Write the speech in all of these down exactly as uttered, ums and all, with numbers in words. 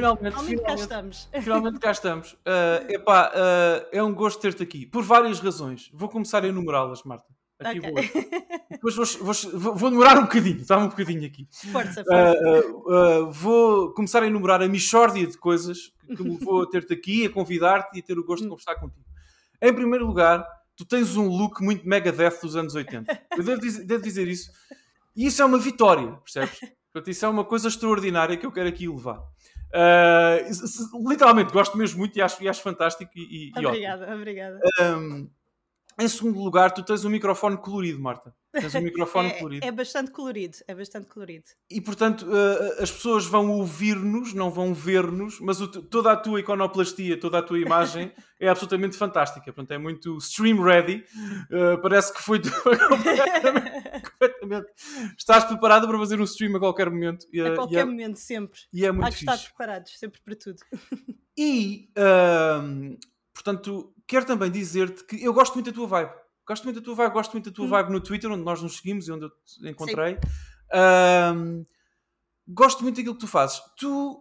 finalmente, finalmente cá finalmente, estamos. finalmente cá estamos. Uh, epá, uh, é um gosto ter-te aqui, por várias razões. Vou começar a enumerá-las, Marta. Aqui Ok. vou. Depois vou, vou, vou, vou demorar um bocadinho, está um bocadinho aqui. Força, força. Uh, uh, uh, vou começar a enumerar a mixórdia de coisas que me vou a ter-te aqui, a convidar-te e a ter o gosto de conversar contigo. Em primeiro lugar, tu tens um look muito Megadeth dos anos oitenta. Eu devo dizer, devo dizer isso. E isso é uma vitória, percebes? Portanto, isso é uma coisa extraordinária que eu quero aqui levar. Uh, literalmente, gosto mesmo muito e acho, e acho fantástico e, e Obrigada, ótimo. obrigada. Um, em segundo lugar, tu tens um microfone colorido, Marta. Tens um microfone é, colorido. é bastante colorido, é bastante colorido. E, portanto, uh, as pessoas vão ouvir-nos, não vão ver-nos, mas o, toda a tua iconoplastia, toda a tua imagem é absolutamente fantástica. Portanto, é muito stream ready. Uh, parece que foi completamente, completamente. Estás preparado para fazer um stream a qualquer momento. E, a qualquer e é, momento, sempre. E é muito Há que fixe. estar preparados, sempre para tudo. E, uh, portanto, quero também dizer-te que eu gosto muito da tua vibe. Gosto muito da tua vibe, gosto muito da tua hum. vibe no Twitter, onde nós nos seguimos e onde eu te encontrei. Um, gosto muito daquilo que tu fazes. Tu,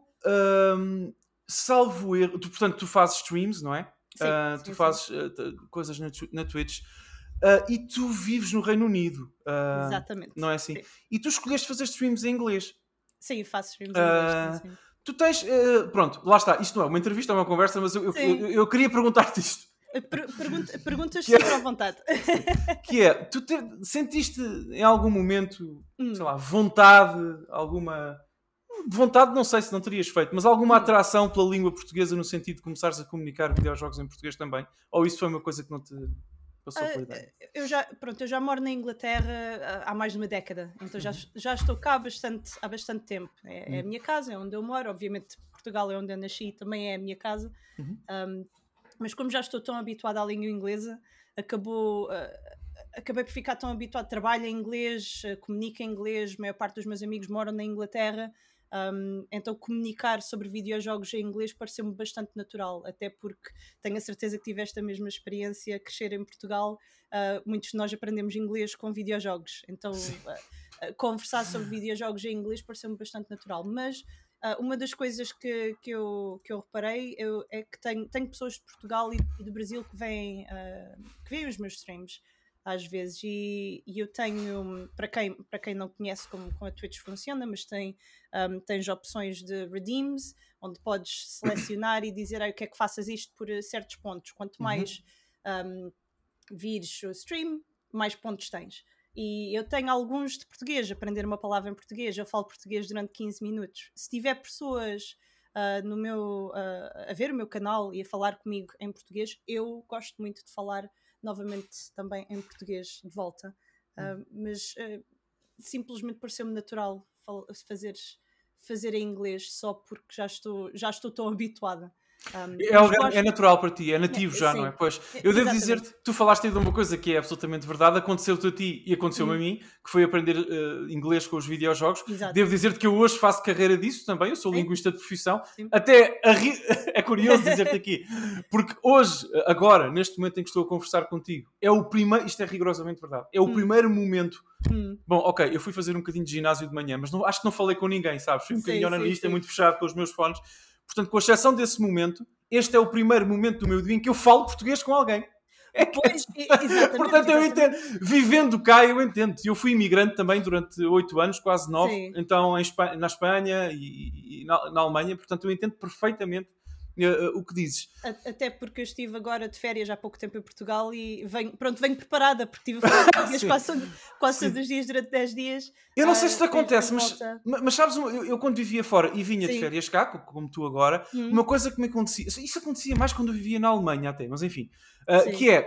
um, salvo erro, tu, portanto, tu fazes streams, não é? Sim, uh, sim, tu sim. fazes uh, coisas na, na Twitch. Uh, e tu vives no Reino Unido. Uh, Exatamente. Não é assim? Sim. E tu escolheste fazer streams em inglês. Sim, faço streams em inglês. Uh, sim, sim. Tu tens... Uh, pronto, lá está. Isto não é uma entrevista, é uma conversa, mas eu, eu, eu, eu queria perguntar-te isto. Per pergunta, perguntas sempre é, à vontade. Que é, tu te, sentiste em algum momento, hum. sei lá, vontade, alguma... Vontade, não sei se não terias feito, mas alguma hum. atração pela língua portuguesa no sentido de começares a comunicar videojogos em português também? Ou isso foi uma coisa que não te passou pela ideia? Uh, eu, já, pronto, eu já moro na Inglaterra há mais de uma década, então já, já estou cá há bastante, há bastante tempo. É, hum. é a minha casa, é onde eu moro. Obviamente Portugal é onde eu nasci, também é a minha casa. Uhum. Um, mas como já estou tão habituada à língua inglesa, acabou, uh, acabei por ficar tão habituada. Trabalho em inglês, uh, comunico em inglês, a maior parte dos meus amigos moram na Inglaterra, um, então comunicar sobre videojogos em inglês pareceu-me bastante natural, até porque tenho a certeza que tive esta mesma experiência, crescer em Portugal. Uh, muitos de nós aprendemos inglês com videojogos, então uh, uh, conversar sobre videojogos em inglês pareceu-me bastante natural, mas... Uh, uma das coisas que, que, eu, que eu reparei eu, é que tenho, tenho pessoas de Portugal e, e do Brasil que veem, uh, que veem os meus streams às vezes e, e eu tenho, para quem, para quem não conhece como, como a Twitch funciona, mas tem, um, tens opções de redeems, onde podes selecionar e dizer ah, eu quero que faças isto por certos pontos. Quanto mais um, vires o stream, mais pontos tens. E eu tenho alguns de português, aprender uma palavra em português, eu falo português durante quinze minutos. Se tiver pessoas uh, no meu, uh, a ver o meu canal e a falar comigo em português, eu gosto muito de falar novamente também em português de volta. Uh, mas uh, simplesmente pareceu-me natural fazer, fazer em inglês só porque já estou, já estou tão habituada. Um, é, gosto... é natural para ti, é nativo é, já, sim. Não é? Pois, eu devo dizer-te, tu falaste aí de uma coisa que é absolutamente verdade, aconteceu-te a ti e aconteceu-me hum. a mim, que foi aprender uh, inglês com os videojogos. Exato. Devo dizer-te que eu hoje faço carreira disso também, eu sou sim. linguista de profissão. Sim. Até ri... é curioso dizer-te aqui, porque hoje, agora, neste momento em que estou a conversar contigo, é o primeiro, isto é rigorosamente verdade, é o hum. primeiro momento. Hum. Bom, ok, eu fui fazer um bocadinho de ginásio de manhã, mas não, acho que não falei com ninguém, sabes? Fui um bocadinho analista, muito fechado com os meus fones. Portanto, com exceção desse momento, este é o primeiro momento do meu dia em que eu falo português com alguém. É que... pois, exatamente, Portanto, eu exatamente. entendo. Vivendo cá, eu entendo. Eu fui imigrante também durante oito anos, quase nove. Sim. Então, em Espanha, na Espanha e, e na, na Alemanha. Portanto, eu entendo perfeitamente uh, uh, o que dizes. Até porque eu estive agora de férias há pouco tempo em Portugal e venho, pronto, venho preparada, porque estive a falar português quase, quase todos os dias durante dez dias. Eu não sei se isso acontece, mas, mas sabes, eu, eu quando vivia fora e vinha Sim. de férias cá, como tu agora, hum. uma coisa que me acontecia, isso acontecia mais quando eu vivia na Alemanha até, mas enfim, uh, que é,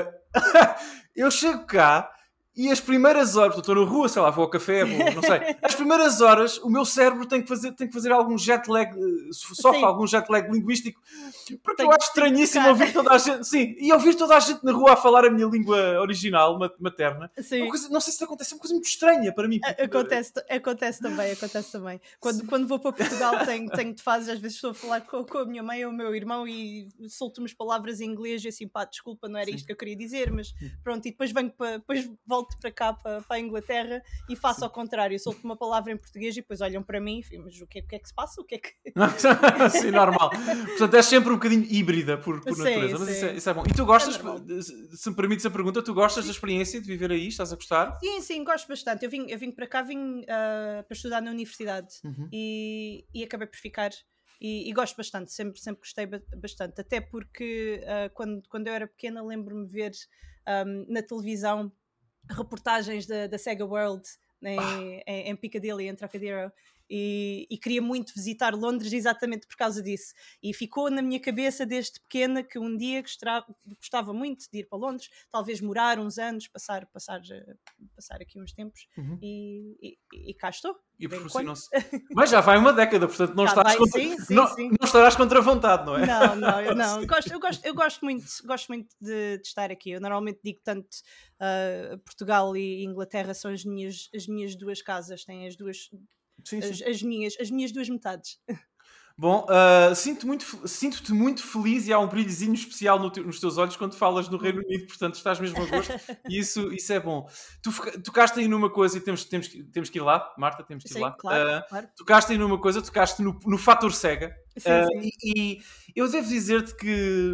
uh, eu chego cá e as primeiras horas, estou na rua, sei lá, vou ao café, vou, não sei, as primeiras horas o meu cérebro tem que fazer, tem que fazer algum jet lag, sofre sim. algum jet lag linguístico, porque tem, eu acho estranhíssimo ouvir toda a gente, sim, e ouvir toda a gente na rua a falar a minha língua original, materna. Sim. Uma coisa, não sei se acontece, é uma coisa muito estranha para mim. Porque... Acontece, acontece também, acontece também. Quando, quando vou para Portugal tenho, tenho de fases, às vezes estou a falar com, com a minha mãe ou o meu irmão e solto umas palavras em inglês e assim, pá, desculpa, não era sim. isto que eu queria dizer, mas pronto, e depois venho para, depois volto volto para cá, para, para a Inglaterra, e faço Sim. ao contrário. Solto uma palavra em português e depois olham para mim e ficam, mas o que, é, o que é que se passa? O que é que... Sim, normal. Portanto, és sempre um bocadinho híbrida por, por sim, natureza, mas sim. Isso, é, isso é bom. E tu gostas, é se me permites a pergunta, tu gostas sim. da experiência de viver aí? Estás a gostar? Sim, sim, gosto bastante. Eu vim, eu vim para cá, vim uh, para estudar na universidade uhum. e, e acabei por ficar... E, e gosto bastante, sempre, sempre gostei bastante, até porque uh, quando, quando eu era pequena lembro-me ver um, na televisão reportagens da, da Sega World em, ah. em, em Piccadilly, em Trocadero, e, e queria muito visitar Londres exatamente por causa disso, e ficou na minha cabeça desde pequena que um dia gostava, gostava muito de ir para Londres, talvez morar uns anos, passar, passar, passar aqui uns tempos, uhum. e, e, e cá estou. E proporcionou-se. Mas já vai uma década, portanto não, estás vai, contra... sim, sim, não, sim. não estarás contra a vontade, não é? Não, não, eu, não. Eu, gosto, eu, gosto, eu gosto muito, gosto muito de, de estar aqui. Eu normalmente digo tanto uh, Portugal e Inglaterra são as minhas, as minhas duas casas, têm as duas sim, as, sim. As, minhas, as minhas duas metades. Bom, uh, sinto muito, sinto-te muito feliz e há um brilhozinho especial no te, nos teus olhos quando falas no Reino Unido, portanto estás mesmo a gosto e isso, isso é bom. Tu tocaste aí numa coisa e temos, temos, temos que ir lá, Marta, temos que ir sim, lá. Claro, uh, claro. Tocaste aí numa coisa, tocaste no, no fator Sega. Sim, uh, sim. E, e eu devo dizer-te que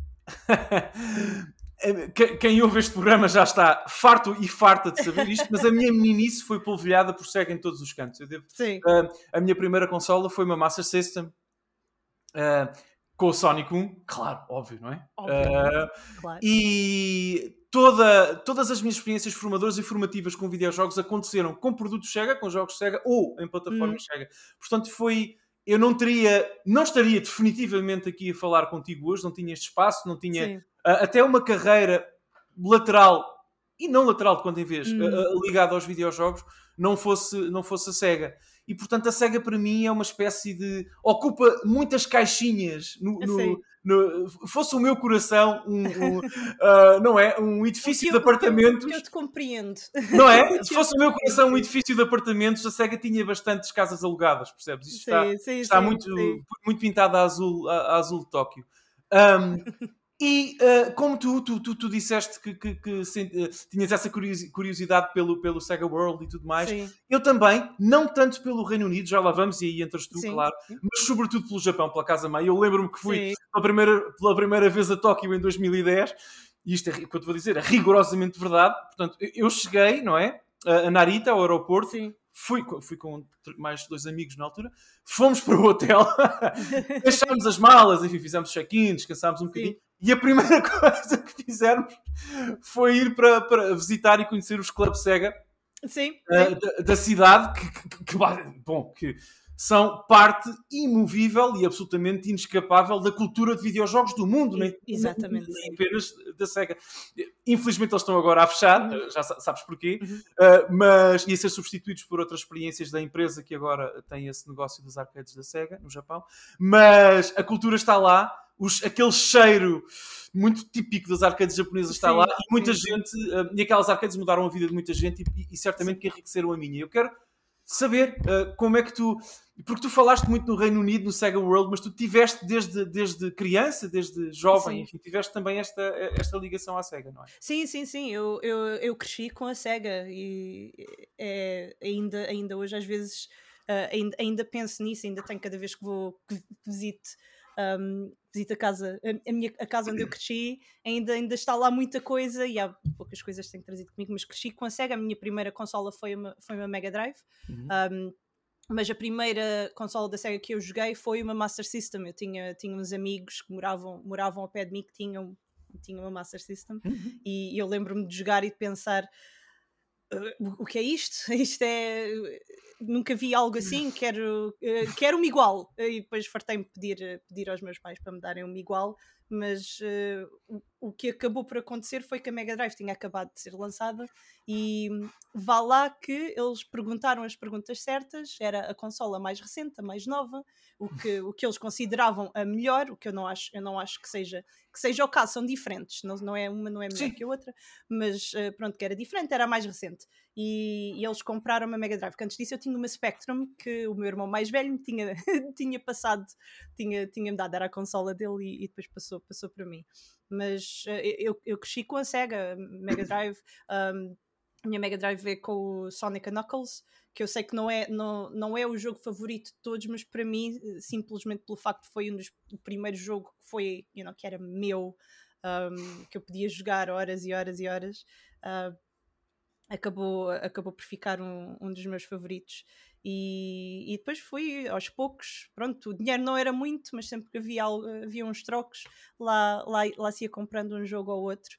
quem ouve este programa já está farto e farta de saber isto, mas a minha meninice foi polvilhada por Sega em todos os cantos. Eu devo, uh, a minha primeira consola foi uma Master System uh, com o Sonic um, claro, óbvio, não é? Uh, claro. E toda, todas as minhas experiências formadoras e formativas com videojogos aconteceram com produtos Sega, com jogos Sega ou em plataformas hum. Sega. Portanto, foi... Eu não teria, não estaria definitivamente aqui a falar contigo hoje, não tinha este espaço, não tinha uh, até uma carreira lateral e não lateral de quando em vez, hum. uh, uh, ligada aos videojogos, não fosse, não fosse a Sega. E portanto a Sega para mim é uma espécie de... ocupa muitas caixinhas no, no, no, fosse o meu coração um, um, uh, não é? Um edifício eu, de apartamentos. Que eu te compreendo. Não é? Se fosse o meu coração um edifício de apartamentos, a Sega tinha bastantes casas alugadas, percebes? Isto está, sim, sim, está sim, muito, sim. muito pintado a azul, a, a azul de Tóquio. Um, E uh, como tu, tu, tu, tu disseste que, que, que uh, tinhas essa curiosidade pelo, pelo Sega World e tudo mais, sim. eu também, não tanto pelo Reino Unido, já lá vamos e aí entras tu, sim. claro, mas sobretudo pelo Japão, pela casa-mãe. Eu lembro-me que fui pela primeira, pela primeira vez a Tóquio em dois mil e dez, e isto é o que eu te vou dizer, é rigorosamente verdade. Portanto, eu cheguei, não é? A Narita, ao aeroporto, sim. Fui, fui com mais dois amigos na altura, fomos para o hotel, deixámos as malas, enfim, fizemos check-in, descansámos um bocadinho, e a primeira coisa que fizemos foi ir para, para visitar e conhecer os clubes Sega sim, uh, sim. Da, da cidade, que, que, que, bom, que são parte imovível e absolutamente inescapável da cultura de videojogos do mundo, nem, Exatamente, nem apenas da Sega. Infelizmente eles estão agora a fechar, uhum. já sabes porquê, uhum. uh, mas ia ser substituídos por outras experiências da empresa que agora tem esse negócio dos arcades da Sega, no Japão, mas a cultura está lá, os, aquele cheiro muito típico das arcades japonesas está sim, lá, e muita sim, gente, sim. Uh, e aquelas arcades mudaram a vida de muita gente e, e certamente que enriqueceram a minha. Eu quero saber uh, como é que tu... Porque tu falaste muito no Reino Unido, no Sega World, mas tu tiveste desde, desde criança, desde jovem, sim. enfim, tiveste também esta, esta ligação à Sega, não é? Sim, sim, sim. Eu, eu, eu cresci com a Sega e é, ainda, ainda hoje às vezes uh, ainda, ainda penso nisso, ainda tenho cada vez que vou que visite um, visito a casa, a, a, minha, a casa onde eu cresci, ainda, ainda está lá muita coisa e há poucas coisas que tenho trazido comigo, mas cresci com a Sega. A minha primeira consola foi uma, foi uma Mega Drive. Uhum. Um, mas a primeira consola da Sega que eu joguei foi uma Master System. Eu tinha, tinha uns amigos que moravam, moravam ao pé de mim que tinham, tinham uma Master System, uhum. e, e eu lembro-me de jogar e de pensar uh, o que é isto? Isto é... Nunca vi algo assim, quero, uh, quero uma igual. E depois fartei-me pedir, pedir aos meus pais para me darem uma igual, mas uh, o, o que acabou por acontecer foi que a Mega Drive tinha acabado de ser lançada e vá lá que eles perguntaram as perguntas certas, era a consola mais recente, a mais nova, o que, o que eles consideravam a melhor, o que eu não acho, eu não acho que seja, que seja o caso, são diferentes, não, não é, uma não é melhor Sim. que a outra, mas uh, pronto, que era diferente, era a mais recente. E, e eles compraram uma Mega Drive, que antes disso eu tinha uma Spectrum que o meu irmão mais velho me tinha, tinha passado, tinha, tinha-me dado, era a consola dele e, e depois passou, passou para mim. Mas uh, eu, eu cresci com a Sega, Mega Drive, um, a minha Mega Drive veio com o Sonic and Knuckles, que eu sei que não é, não, não é o jogo favorito de todos, mas para mim, simplesmente pelo facto que foi um dos, o primeiro jogo que foi, you know, que era meu, um, que eu podia jogar horas e horas e horas, uh, acabou, acabou por ficar um, um dos meus favoritos. E, e depois fui aos poucos, pronto, o dinheiro não era muito, mas sempre que havia, havia uns trocos, lá, lá, lá se ia comprando um jogo ou outro.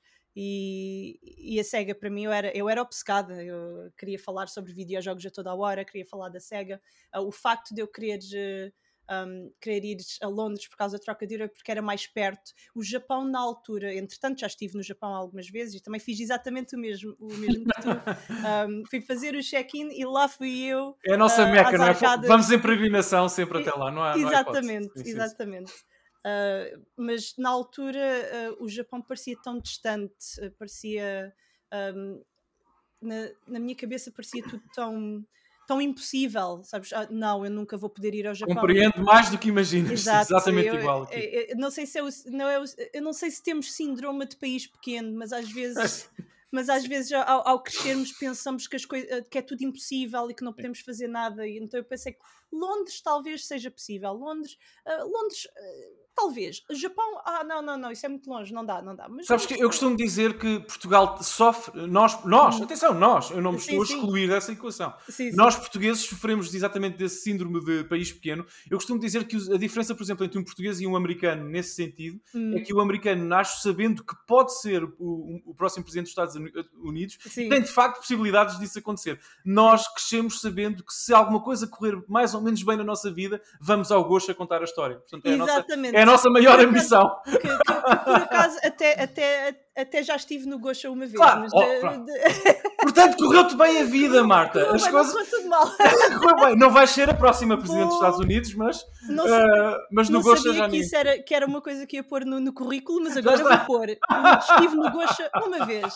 E, e a SEGA para mim eu era, eu era obcecada, eu queria falar sobre videojogos a toda a hora, queria falar da SEGA, uh, o facto de eu querer, uh, um, querer ir a Londres por causa da troca de euro porque era mais perto, o Japão na altura, entretanto já estive no Japão algumas vezes e também fiz exatamente o mesmo, o mesmo que tu, um, fui fazer o check-in e lá fui eu, é a nossa uh, meca, às não é? arcadas. Vamos em peregrinação sempre até lá, não há, não há exatamente, hipótese. Sim, sim, exatamente. Uh, mas na altura uh, o Japão parecia tão distante, uh, parecia um, na, na minha cabeça parecia tudo tão, tão impossível, sabes? Ah, não, eu nunca vou poder ir ao Japão. Compreendo mais do que imaginas. Exato, exatamente eu, igual aqui. Eu, eu, não sei se é o, não é o, eu não sei se temos síndrome de país pequeno, mas às vezes mas às vezes ao, ao crescermos pensamos que, as coisas, que é tudo impossível e que não podemos fazer nada, e então eu pensei que Londres talvez seja possível, Londres, uh, Londres uh, talvez, Japão, ah não, não, não, isso é muito longe, não dá, não dá. Mas sabes que eu costumo dizer que Portugal sofre, nós, nós hum. atenção, nós, eu não me estou sim, a excluir sim. dessa equação, sim, nós sim. portugueses sofremos exatamente desse síndrome de país pequeno. Eu costumo dizer que a diferença, por exemplo, entre um português e um americano nesse sentido, hum. é que o americano nasce sabendo que pode ser o, o próximo presidente dos Estados Unidos sim. e tem de facto possibilidades disso acontecer. Nós crescemos sabendo que se alguma coisa correr mais ou menos bem na nossa vida, vamos ao gosto a contar a história. Portanto, é, exatamente. A, nossa, é a nossa maior por ambição. Acaso, que, que, que por acaso até, até, até já estive no Gosha uma vez. Claro. Mas Oh, de, de... Portanto, correu-te bem a vida, Marta. Correu As bem, coisas... não correu tudo mal. Correu bem. Não vais ser a próxima presidente dos Estados Unidos, mas, não, uh, mas no não Gosha sabia já que nem... isso era, que era uma coisa que ia pôr no, no currículo, mas agora vou pôr. Estive no Gosha uma vez.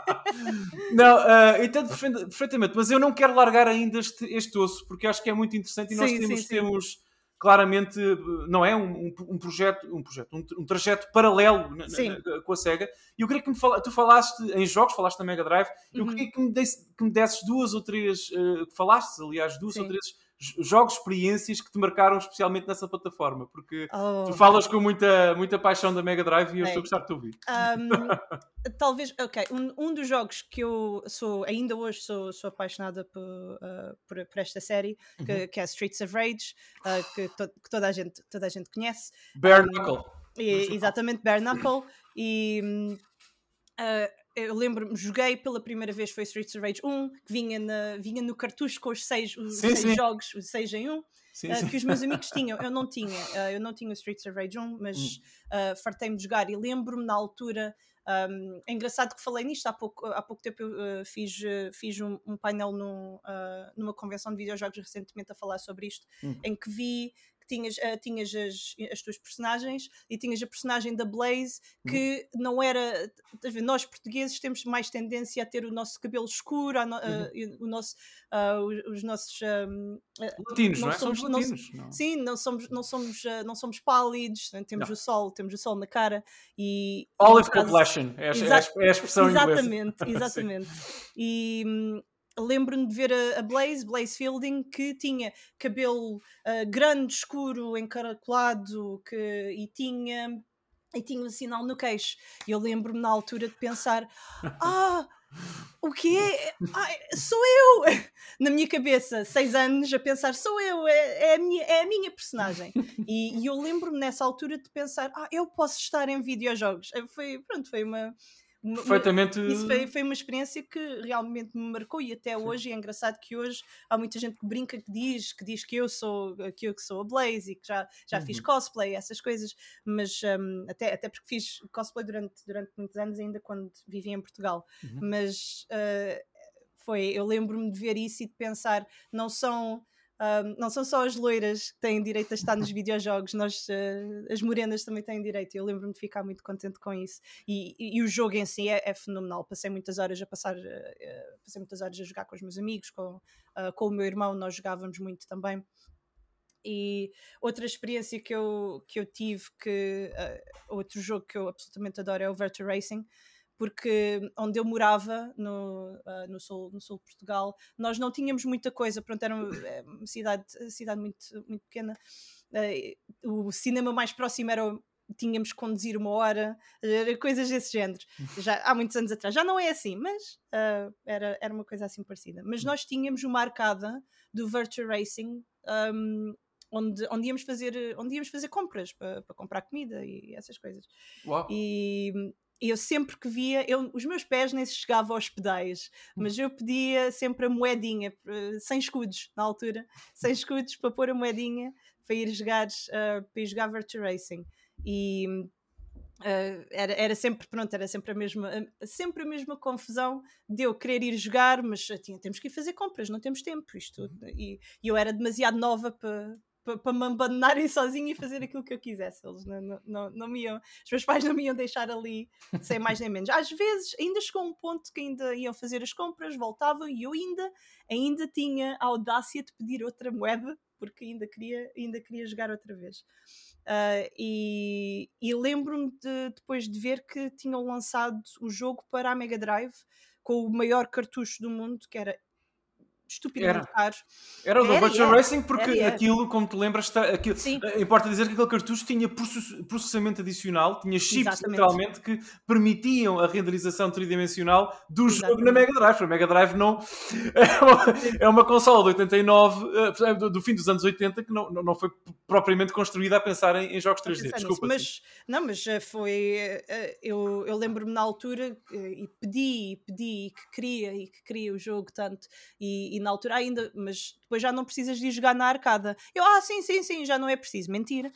Não, uh, entendo perfeitamente, mas eu não quero largar ainda este, este osso, porque acho que é muito interessante e nós sim, temos... Sim, sim. temos claramente, não é? Um, um, um projeto, um, projeto um, um trajeto paralelo na, na, com a SEGA. E eu queria que me falasse, tu falaste em jogos, falaste na Mega Drive, eu uhum. queria que me, desse, que me desses duas ou três, uh, que falastes, aliás, duas Sim. ou três jogos, experiências que te marcaram especialmente nessa plataforma, porque oh. tu falas com muita, muita paixão da Mega Drive e eu é. estou a gostar de te ouvir. Um, talvez, ok, um, um dos jogos que eu sou, ainda hoje sou, sou apaixonada por, uh, por, por esta série, que, uhum. que é Streets of Rage, uh, que, to, que toda, a gente, toda a gente conhece. Bare um, Knuckle. E, exatamente, Bare Knuckle. E... Uh, eu lembro-me, joguei pela primeira vez foi Streets of Rage um, que vinha, na, vinha no cartucho com os seis, os sim, seis sim. jogos, os seis em um, sim, uh, sim. que os meus amigos tinham. Eu não tinha, uh, eu não tinha o Streets of Rage um, mas hum. uh, fartei-me de jogar e lembro-me na altura. Um, é engraçado que falei nisto há pouco, há pouco tempo. Eu uh, fiz, uh, fiz um, um painel no, uh, numa convenção de videojogos recentemente a falar sobre isto, hum. em que vi tinhas, uh, tinhas as, as tuas personagens e tinhas a personagem da Blaze que uhum. não era, nós portugueses temos mais tendência a ter o nosso cabelo escuro, a no, uh, o nosso, uh, os, os nossos um, latinos, não, não é? Somos, somos latinos. Não, não. Sim, não somos, não somos, uh, não somos pálidos, temos não. o sol, temos o sol na cara e olive complexion é, exa- é a expressão exatamente, inglesa. Exatamente, e hum, lembro-me de ver a, a Blaze, Blaze Fielding, que tinha cabelo uh, grande, escuro, encaracolado, que, e tinha e tinha um sinal no queixo. E eu lembro-me na altura de pensar, ah, o quê? Ah, sou eu! Na minha cabeça, seis anos, a pensar, sou eu, é, é, a, minha, é a minha personagem. E, e eu lembro-me nessa altura de pensar, ah, eu posso estar em videojogos. Foi, pronto, foi uma... Perfeitamente. Isso foi, foi uma experiência que realmente me marcou e até Sim. hoje é engraçado que hoje há muita gente que brinca que diz que, diz que eu sou que eu que sou a Blaze e que já, já uhum. fiz cosplay, essas coisas, mas um, até, até porque fiz cosplay durante, durante muitos anos ainda quando vivia em Portugal, uhum. mas uh, foi, eu lembro-me de ver isso e de pensar, não são Um, não são só as loiras que têm direito a estar nos videojogos, nós, uh, as morenas também têm direito. Eu lembro-me de ficar muito contente com isso. E, e, e o jogo em si é, é fenomenal. Passei muitas horas a passar, uh, passei muitas horas a jogar com os meus amigos, com, uh, com o meu irmão, nós jogávamos muito também. E outra experiência que eu, que eu tive, que, uh, outro jogo que eu absolutamente adoro é o Virtua Racing, porque onde eu morava, no, uh, no, sul, no sul de Portugal, nós não tínhamos muita coisa, pronto, era uma, uma cidade, cidade muito, muito pequena. Uh, o cinema mais próximo era... tínhamos que conduzir uma hora, coisas desse género, já há muitos anos atrás. Já não é assim, mas uh, era, era uma coisa assim parecida. Mas nós tínhamos uma arcada do Virtua Racing, um, onde, onde, íamos fazer, onde íamos fazer compras para, para comprar comida e essas coisas. Uau. E eu sempre que via, eu, os meus pés nem se chegavam aos pedais, mas eu pedia sempre a moedinha, sem escudos na altura, sem escudos para pôr a moedinha para ir jogar, uh, para ir jogar Virtua Racing. E uh, era, era sempre pronto, era sempre a mesma sempre a mesma confusão de eu querer ir jogar, mas tinha, temos que ir fazer compras, não temos tempo isto, e, e eu era demasiado nova para para pa me abandonarem sozinha e fazer aquilo que eu quisesse. Eles não, não, não, não me iam, os meus pais não me iam deixar ali sem mais nem menos. Às vezes ainda chegou um ponto que ainda iam fazer as compras, voltavam e eu ainda, ainda tinha a audácia de pedir outra moeda, porque ainda queria, ainda queria jogar outra vez. Uh, e, e lembro-me de, depois de ver que tinham lançado o jogo para a Mega Drive com o maior cartucho do mundo, que era estupidamente Era. caro. Era o do Virtua Racing, porque era, era. aquilo, como te lembras, está, aquilo, importa dizer que aquele cartucho tinha processamento adicional, tinha chips, exatamente, literalmente, que permitiam a renderização tridimensional do exatamente. jogo na Mega Drive. A Mega Drive não é uma, é uma consola de oitenta e nove, do, do fim dos anos oitenta, que não, não foi propriamente construída a pensar em, em jogos três D. Desculpa. Mas, não, mas foi... Eu, eu lembro-me na altura e pedi, e pedi, e que queria, e que queria o jogo tanto, e, e na altura ainda, mas depois já não precisas de ir jogar na arcada. Eu, ah, sim, sim, sim, já não é preciso. Mentira.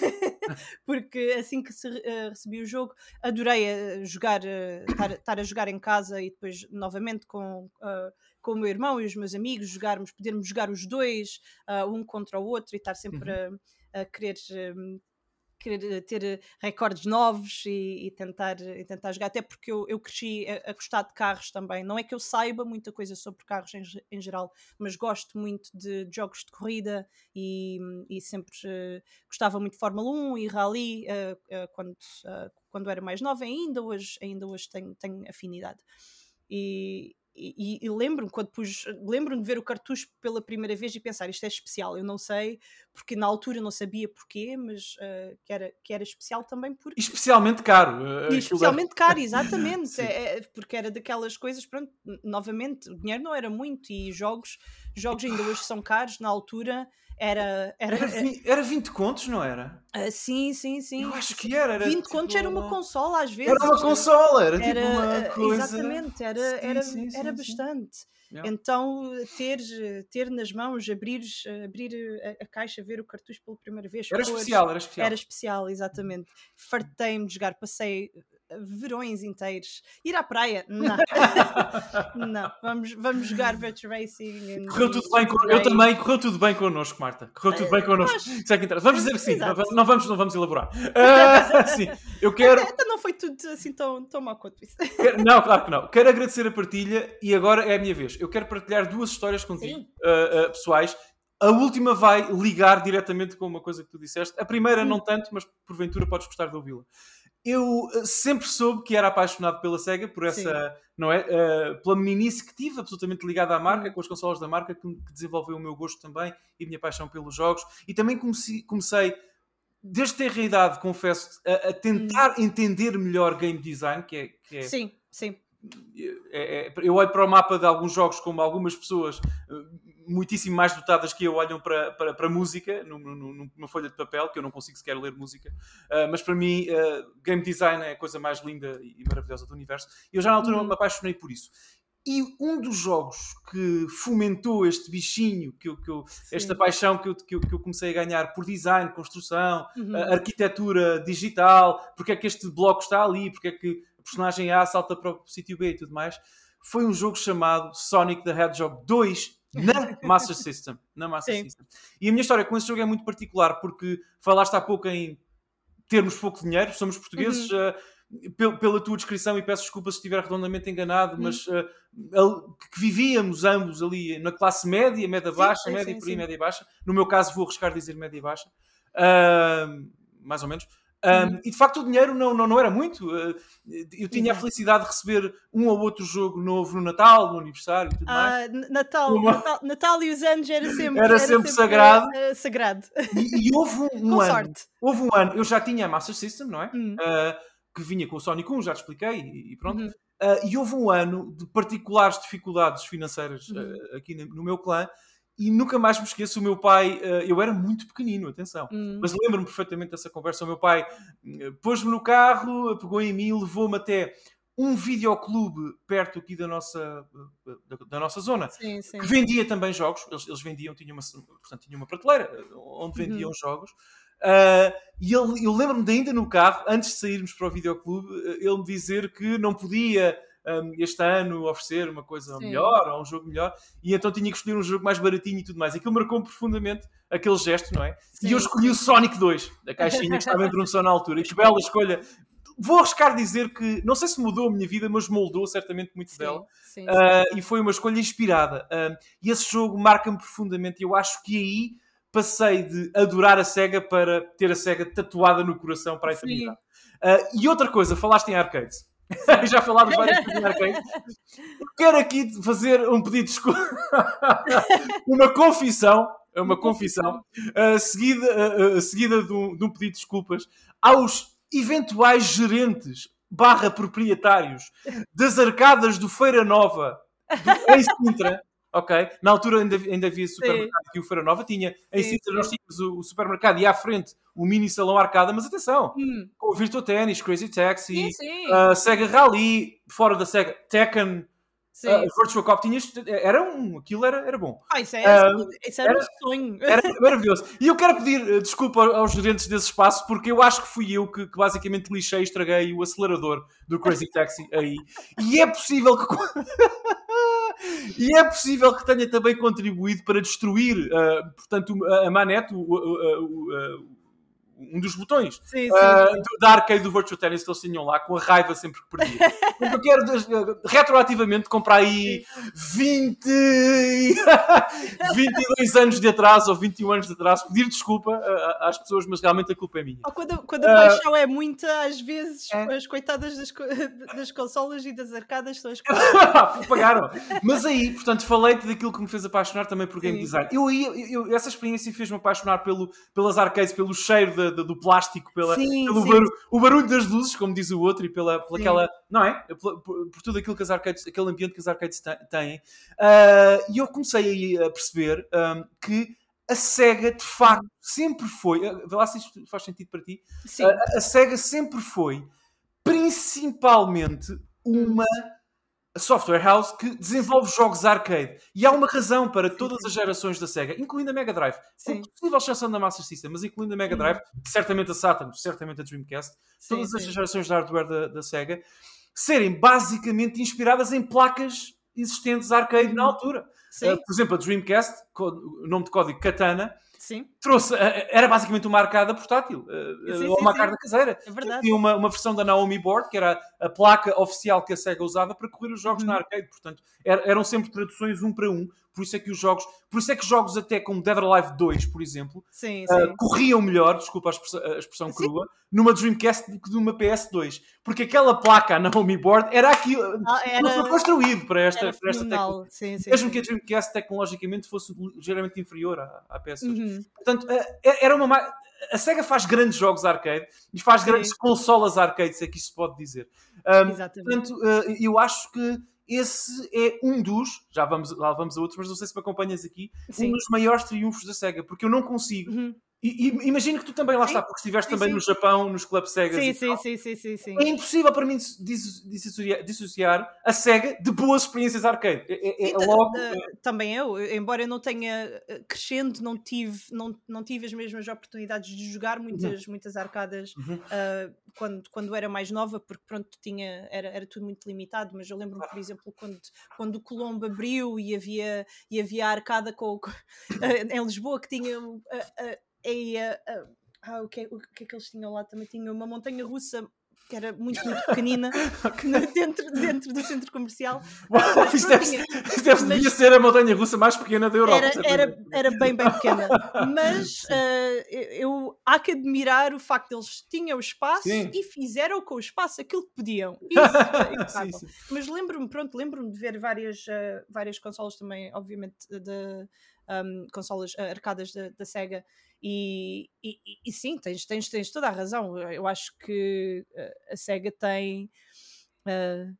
Porque assim que se, uh, recebi o jogo, adorei uh, jogar, uh, estar, estar a jogar em casa e depois novamente com, uh, com o meu irmão e os meus amigos, jogarmos, podermos jogar os dois, uh, um contra o outro, e estar sempre uhum. a, a querer... Um, querer ter recordes novos e, e, tentar, e tentar jogar, até porque eu, eu cresci a, a gostar de carros também. Não é que eu saiba muita coisa sobre carros em, em geral, mas gosto muito de, de jogos de corrida e, e sempre uh, gostava muito de Fórmula um e Rally uh, uh, quando, uh, quando era mais nova. Ainda hoje, ainda hoje tenho, tenho afinidade. E, E, e lembro-me quando pus, lembro-me de ver o cartucho pela primeira vez e pensar, isto é especial. Eu não sei, porque na altura não sabia porquê, mas uh, que, era, que era especial também porque... Especialmente caro. E especialmente caro, exatamente. é, é, porque era daquelas coisas, pronto, novamente, o dinheiro não era muito e jogos, jogos ainda hoje são caros. Na altura era... Era, era, vi, era vinte contos, não era? Uh, sim, sim, sim. Eu acho que era. era vinte tipo... contos era uma consola às vezes. Era uma consola, era, era tipo uma coisa... Exatamente, era, sim, era, sim, sim, era sim, bastante. Sim. Então, ter, ter nas mãos, abrir, abrir a, a caixa, ver o cartucho pela primeira vez. Era cores, especial, era especial. Era especial, exatamente. Fartei-me de jogar, passei verões inteiros. Ir à praia? Não. Não, vamos, vamos jogar Virtua Racing. Correu tudo bem, con... eu também, correu tudo bem connosco, Marta. Correu tudo bem connosco. Mas... Isso é que interessa. Vamos dizer que sim, não vamos, não vamos elaborar. Uh, sim, eu quero... Então não foi tudo assim tão, tão mau quanto isso. Não, claro que não. Quero agradecer a partilha e agora é a minha vez. Eu quero partilhar duas histórias contigo, uh, uh, pessoais. A última vai ligar diretamente com uma coisa que tu disseste. A primeira hum. não tanto, mas porventura podes gostar de ouvi-la. Eu sempre soube que era apaixonado pela Sega, por essa, Sim. não é? Uh, pela meninice que tive, absolutamente ligada à marca, com as consolas da marca, que, que desenvolveu o meu gosto também e a minha paixão pelos jogos. E também comecei, comecei desde ter a idade, confesso, a, a tentar hum. entender melhor game design, que é... Que é sim, sim. É, é, eu olho para o mapa de alguns jogos como algumas pessoas muitíssimo mais dotadas que eu olham para, para, para música numa, numa folha de papel, que eu não consigo sequer ler música, uh, mas para mim uh, game design é a coisa mais linda e maravilhosa do universo. Eu já na altura hum. me apaixonei por isso. E um dos jogos que fomentou este bichinho, que eu, que eu, esta paixão que eu, que, eu, que eu comecei a ganhar por design, construção, uhum. arquitetura digital, porque é que este bloco está ali, porque é que a personagem A salta para o sítio B e tudo mais, foi um jogo chamado Sonic the Hedgehog dois na Master System. Na Master System. E a minha história com esse jogo é muito particular, porque falaste há pouco em termos pouco dinheiro, somos portugueses... Uhum. Uh, pela tua descrição, e peço desculpa se estiver redondamente enganado, hum. mas uh, que vivíamos ambos ali na classe média, média baixa, sim, média sim, por aí, sim. média baixa. No meu caso vou arriscar dizer média baixa, uh, mais ou menos. Um, uhum. E de facto o dinheiro não, não, não era muito. Eu tinha Exato. a felicidade de receber um ou outro jogo novo no Natal, no aniversário e tudo ah, mais. Natal, Uma... Natal, Natal e os anos era sempre, era era sempre, sempre sagrado. Uh, sagrado. E, e houve um, um com ano. Sorte. Houve um ano, eu já tinha a Master System, não é? Hum. Uh, que vinha com o Sonic um, já te expliquei, e, e pronto. Uhum. Uh, e houve um ano de particulares dificuldades financeiras uhum. uh, aqui no, no meu clã. E nunca mais me esqueço, o meu pai, uh, eu era muito pequenino, atenção, hum. mas lembro-me perfeitamente dessa conversa. O meu pai uh, pôs-me no carro, pegou em mim, levou-me até um videoclube perto aqui da nossa, da, da nossa zona, sim, sim. que vendia também jogos. Eles, eles vendiam, tinham uma, portanto, tinham uma prateleira onde vendiam uhum. jogos. Uh, e ele, eu lembro-me de ainda no carro, antes de sairmos para o videoclube, ele me dizer que não podia um, este ano oferecer uma coisa Sim. melhor ou um jogo melhor, e então tinha que escolher um jogo mais baratinho e tudo mais. Aquilo marcou-me profundamente aquele gesto, não é? Sim, e eu escolhi sim. o Sonic dois, a caixinha que estava em promoção na altura. E que bela escolha! Vou arriscar dizer que, não sei se mudou a minha vida, mas moldou certamente muito sim, dela. Sim, sim. Uh, e foi uma escolha inspirada. Uh, e esse jogo marca-me profundamente. Eu acho que aí passei de adorar a SEGA para ter a SEGA tatuada no coração para a eternidade. Uh, e outra coisa, falaste em arcades. Já falámos várias vezes em arcades. Eu quero aqui fazer um pedido de desculpa. uma confissão. Uma confissão. Uh, seguida, uh, seguida de, um, de um pedido de desculpas aos eventuais gerentes barra proprietários das arcadas do Feira Nova do, em Sintra. Ok? Na altura ainda, ainda havia supermercado aqui, o Feira Nova tinha. Em sim, Sintra sim. nós tínhamos o, o supermercado e à frente o mini salão arcada, mas atenção, hum. com o Virtua Tennis, Crazy Taxi, sim, sim. Uh, Sega Rally, fora da Sega, Tekken, uh, Virtua Cop, tinhas, era um, aquilo era, era bom. Ah, isso, é, uh, isso era, era um sonho. Era maravilhoso. E eu quero pedir uh, desculpa aos gerentes desse espaço, porque eu acho que fui eu que, que basicamente lixei e estraguei o acelerador do Crazy Taxi aí. E é possível que... E é possível que tenha também contribuído para destruir, uh, portanto, a manete, o, o, o, o, um dos botões sim, sim, uh, sim. da arcade do Virtua Tennis que eles tinham lá, com a raiva sempre que perdia. Eu quero uh, retroativamente comprar aí vinte, vinte e dois anos de atraso ou vinte e um anos de atraso, pedir desculpa uh, às pessoas, mas realmente a culpa é minha. Ou quando, quando a paixão uh, é muita, às vezes é. as coitadas das, das consolas e das arcadas são as coisas. Pagaram. Mas aí, portanto, falei-te daquilo que me fez apaixonar também por game sim. design. Eu, eu, eu, essa experiência fez-me apaixonar pelo, pelas arcades, pelo cheiro de, de, do plástico, pela, sim, pelo sim. Barulho, o barulho das luzes, como diz o outro, e pela, pela aquela, não é? Por, por, por tudo aquilo que as arcades, aquele ambiente que as arcades têm. Uh, e eu comecei a perceber um, que a SEGA, de facto, sempre foi, vê lá se isto faz sentido para ti, sim. Uh, a SEGA sempre foi, principalmente, uma software house que desenvolve jogos arcade. E há uma razão para todas sim, sim. as gerações da SEGA, incluindo a Mega Drive, com possível exceção da Master System, mas incluindo a Mega Drive, hum. certamente a Saturn, certamente a Dreamcast, sim, todas sim. as gerações de hardware da, da SEGA, serem basicamente inspiradas em placas existentes arcade hum. na altura. Uh, por exemplo, a Dreamcast, o nome de código Katana, Sim. trouxe, era basicamente uma arcada portátil, sim, ou uma sim, arcada sim. caseira. É verdade. Tinha uma, uma versão da Naomi Board, que era a placa oficial que a SEGA usava para correr os jogos uhum. na arcade. Portanto, er, eram sempre traduções um para um. Por isso é que os jogos, por isso é que jogos até como Dead or Alive dois, por exemplo, sim, uh, sim. corriam melhor, desculpa a expressão, a expressão crua, numa Dreamcast do que numa P S dois. Porque aquela placa, a Naomi Board, era aquilo, ah, era, não foi construído para esta, para esta tecnologia. Sim, sim, Mesmo sim. que a Dreamcast tecnologicamente fosse ligeiramente inferior à, à P S dois. Uhum. Portanto, era uma... A SEGA faz grandes jogos arcade e faz sim. grandes consolas arcade, se é que isto se pode dizer. Um, Exatamente. Portanto, eu acho que esse é um dos, já vamos, lá vamos a outros, mas não sei se me acompanhas aqui, sim. um dos maiores triunfos da SEGA, porque eu não consigo... Uhum. E, e imagino que tu também lá sim. está, porque estiveste sim, também sim. no Japão, nos Club Segas sim, e sim, tal. Sim, sim, sim, sim. É impossível para mim dissociar, dissociar a SEGA de boas experiências arcade. É, é, é logo... de, também eu, embora eu não tenha crescendo, não tive, não, não tive as mesmas oportunidades de jogar muitas, uhum. muitas arcadas uhum. uh, quando, quando era mais nova, porque pronto, tinha, era, era tudo muito limitado, mas eu lembro-me, por exemplo, quando, quando o Colombo abriu e havia, e havia a arcada com, com, em Lisboa que tinha... Uh, uh, E, uh, uh, ah, o, que, o que é que eles tinham lá? Também tinha uma montanha russa que era muito, muito pequenina, dentro, dentro do centro comercial. Uau, isto deve, tinha, isto deve devia ser a montanha-russa mais pequena da Europa. Era, era, era bem, bem pequena. Mas uh, eu há que admirar o facto de eles tinham o espaço sim. e fizeram com o espaço aquilo que podiam. Isso é sim, sim. Mas lembro-me, pronto, lembro-me de ver várias, uh, várias consolas também, obviamente, de um, consolas uh, arcadas da, da Sega. E, e, e sim, tens, tens, tens toda a razão. Eu acho que a Sega tem uh,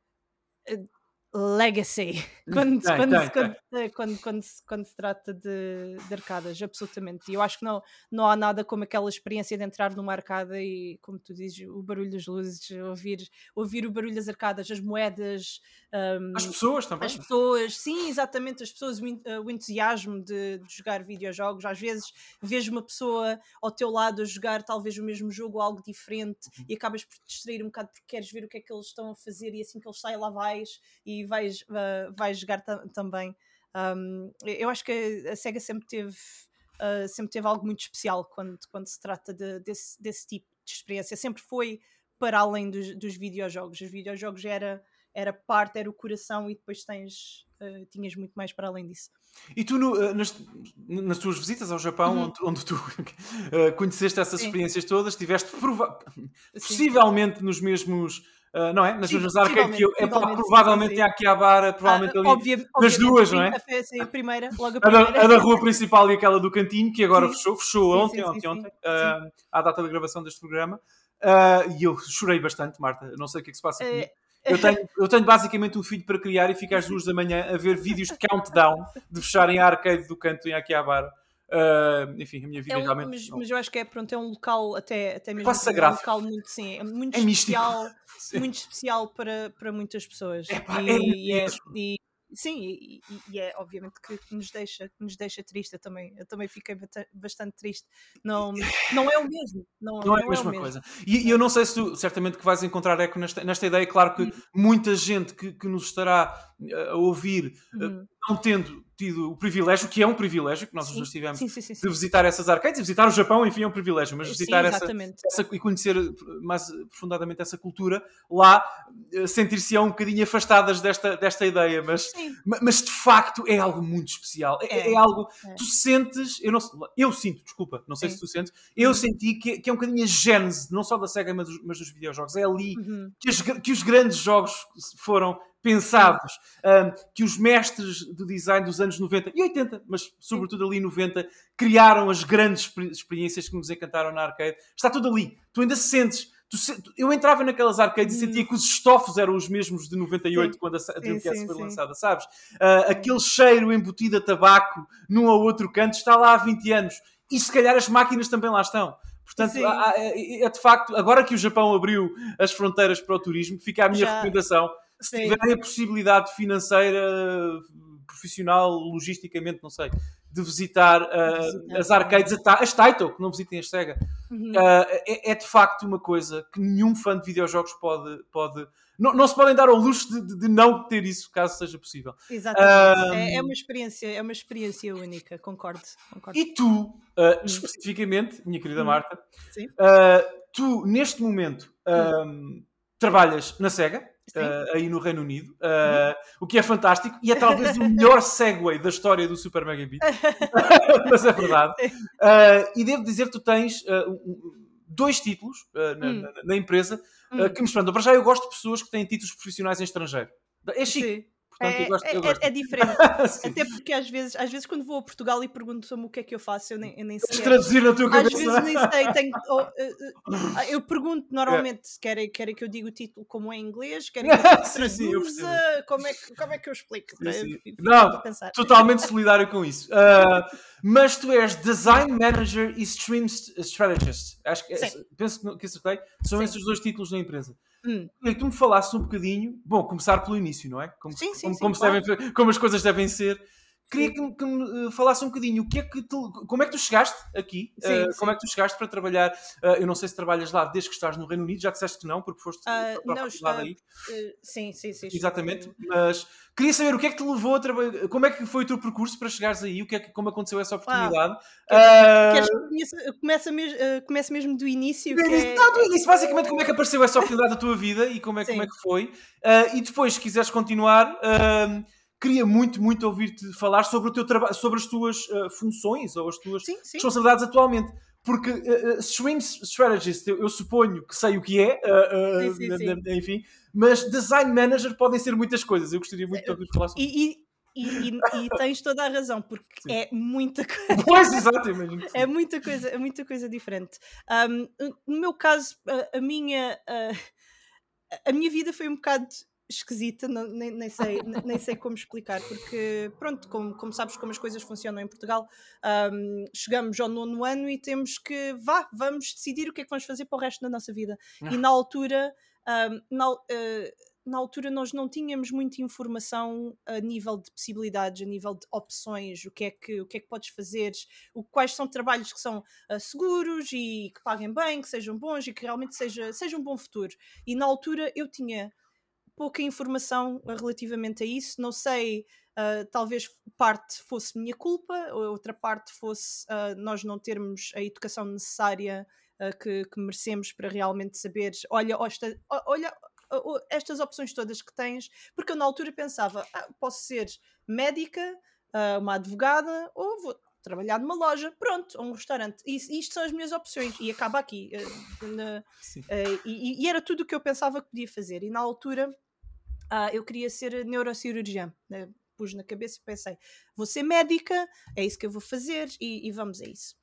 legacy quando, tem, quando, tem, quando, tem. Quando, quando, se, quando se trata de, de arcadas, absolutamente. E eu acho que não, não há nada como aquela experiência de entrar numa arcada e, como tu dizes, o barulho das luzes, ouvir, ouvir o barulho das arcadas, as moedas, um, as pessoas também. As pessoas, sim, exatamente, as pessoas, o, o entusiasmo de, de jogar videojogos. Às vezes vês uma pessoa ao teu lado a jogar talvez o mesmo jogo ou algo diferente uhum. e acabas por te distrair um bocado porque queres ver o que é que eles estão a fazer e assim que eles saem lá vais e vais, uh, vais jogar t- também. Um, eu acho que a Sega sempre teve, uh, sempre teve algo muito especial quando, quando se trata de, desse, desse tipo de experiência. Sempre foi para além dos, dos videojogos. Os videojogos era... era parte, era o coração e depois tens, uh, tinhas muito mais para além disso. E tu, no, nas, nas tuas visitas ao Japão, uhum. onde, onde tu uh, conheceste essas Sim. experiências todas, estiveste prova- possivelmente nos mesmos, uh, não é? Nas Sim, mesmas arcades que eu, é, provavelmente em Akihabara, provavelmente ah, ali, obvia, nas duas, não é? A, sim, a primeira, logo a primeira. A da, a da rua principal e aquela do cantinho, que agora sim. fechou, fechou sim, ontem, sim, ontem, sim, ontem, sim. Uh, à data da gravação deste programa, uh, e eu chorei bastante, Marta, não sei o que é que se passa comigo. Uh, Eu tenho, eu tenho basicamente um filho para criar e fico às duas da manhã a ver vídeos de countdown de fecharem a arcade do canto em Akihabara. Uh, enfim, a minha vida é um, realmente... Mas, mas eu acho que é, pronto, é um local até, até mesmo Quase é um local muito, sim, é muito é especial, muito especial para, para muitas pessoas. É, pá, e, é e, é, e sim, e, e é obviamente que nos deixa, que nos deixa triste. Eu também, eu também fiquei bastante triste. Não, não é o mesmo. Não, não é não a mesma é coisa. E, e eu não sei se tu, certamente que vais encontrar eco nesta, nesta ideia. Claro que uhum. muita gente que, que nos estará a ouvir, uhum. não tendo tido o privilégio, que é um privilégio, que nós sim. os dois tivemos, sim, sim, sim, de sim. visitar essas arcades, e visitar o Japão, enfim, é um privilégio, mas visitar sim, essa, essa e conhecer mais profundamente essa cultura, lá sentir-se um bocadinho afastadas desta, desta ideia, mas, mas de facto é algo muito especial. É, é, é algo, é. tu sentes, eu, não, eu sinto, desculpa, não sei sim. se tu sentes, eu uhum. senti que, que é um bocadinho a gênese, não só da Sega, mas, mas dos videojogos. É ali uhum. que, as, que os grandes jogos foram pensados, um, que os mestres do design dos anos noventa e oitenta, mas sobretudo ali noventa, criaram as grandes experiências que nos encantaram na arcade. Está tudo ali. Tu ainda sentes. Tu se... Eu entrava naquelas arcades hum. e sentia que os estofos eram os mesmos de noventa e oito, sim. quando a Dreamcast foi sim. lançada, sabes? Uh, aquele cheiro embutido a tabaco num ou outro canto está lá há vinte anos. E se calhar as máquinas também lá estão. Portanto, há, é de facto, agora que o Japão abriu as fronteiras para o turismo, fica a minha Já. recomendação. Se Sim. tiverem a possibilidade financeira, profissional, logisticamente, não sei, de visitar, uh, visitar as arcades, as Taito, que não visitem as Sega, uhum. uh, é, é de facto uma coisa que nenhum fã de videojogos pode... pode não, não se podem dar ao luxo de, de, de não ter isso, caso seja possível. Exatamente. Um, é, é, uma experiência, é uma experiência única, concordo. concordo. E tu, uh, hum. especificamente, minha querida hum. Marta, Sim. Uh, tu, neste momento, um, hum. trabalhas na Sega, Uh, aí no Reino Unido, uh, uhum. o que é fantástico e é talvez o melhor segue da história do Super Mega Beat, mas é verdade. Uh, e devo dizer que tu tens uh, um, dois títulos uh, na, hum. na, na empresa uh, hum. que me espantam. Para já eu gosto de pessoas que têm títulos profissionais em estrangeiro. É chique. Sim. Portanto, é, eu gosto, eu é, gosto. é diferente. Até porque às vezes, às vezes quando vou a Portugal e pergunto-me o que é que eu faço, eu nem, eu nem sei. Traduzir na tua cabeça. Às vezes nem sei. Tenho, ou, uh, uh, eu pergunto normalmente é. se querem, querem que eu diga o título como é em inglês, querem que eu traduza, sim, sim, eu como, é que, como é que eu explico? Sim, sim. Eu, Não, totalmente solidário com isso. Uh, mas tu és Design Manager e Stream Strategist. Acho que, penso que acertei. São sim. esses dois títulos na empresa. Hum. E tu me falasses um bocadinho, bom, começar pelo início, não é? Como, sim, sim, como, sim, como, claro. devem, como as coisas devem ser. queria que, que me uh, falasse um bocadinho o que é que tu, como é que tu chegaste aqui, sim, uh, sim. como é que tu chegaste para trabalhar, uh, eu não sei se trabalhas lá desde que estás no Reino Unido, já disseste que não, porque foste uh, para a faculdade aí. Uh, sim, sim, sim. Exatamente, sim. Mas queria saber o que é que te levou a trabalhar, como é que foi o teu percurso para chegares aí, o que é que, como aconteceu essa oportunidade. Ah, queres, uh... queres que eu comece mesmo, uh, comece mesmo do início? Do início, é... Não, do início, basicamente como é que apareceu essa oportunidade da tua vida e como é, como é que foi. Uh, e depois, se quiseres continuar... Uh, queria muito, muito ouvir-te falar sobre o teu trabalho, sobre as tuas uh, funções ou as tuas sim, sim. responsabilidades atualmente. Porque uh, uh, Stream Strategist, eu, eu suponho que sei o que é, uh, uh, sim, sim, sim. enfim, mas Design Manager podem ser muitas coisas. Eu gostaria muito de ouvir falar sobre isso. E, e, e, e tens toda a razão, porque sim. é muita coisa. Pois, exato, imagino. É muita coisa, é muita coisa diferente. Um, no meu caso, a, a minha uh, a minha vida foi um bocado esquisita, não, nem, nem, sei, nem sei como explicar, porque pronto, como, como sabes como as coisas funcionam em Portugal, um, chegamos ao nono ano e temos que, vá, vamos decidir o que é que vamos fazer para o resto da nossa vida. Ah. E na altura, um, na, uh, na altura nós não tínhamos muita informação a nível de possibilidades, a nível de opções, o que é que, o que, é que podes fazer, o, quais são trabalhos que são uh, seguros e que paguem bem, que sejam bons e que realmente seja, seja um bom futuro. E na altura eu tinha pouca informação relativamente a isso, não sei, uh, talvez parte fosse minha culpa, outra parte fosse uh, nós não termos a educação necessária uh, que, que merecemos para realmente saber, olha, esta, olha uh, estas opções todas que tens, porque eu na altura pensava, ah, posso ser médica, uh, uma advogada, ou vou trabalhar numa loja, pronto, ou um restaurante, e isto são as minhas opções, e acaba aqui. Uh, na, uh, e, e era tudo o que eu pensava que podia fazer, e na altura Uh, eu queria ser neurocirurgiã, né? Pus na cabeça e pensei, vou ser médica, é isso que eu vou fazer e, e vamos a isso.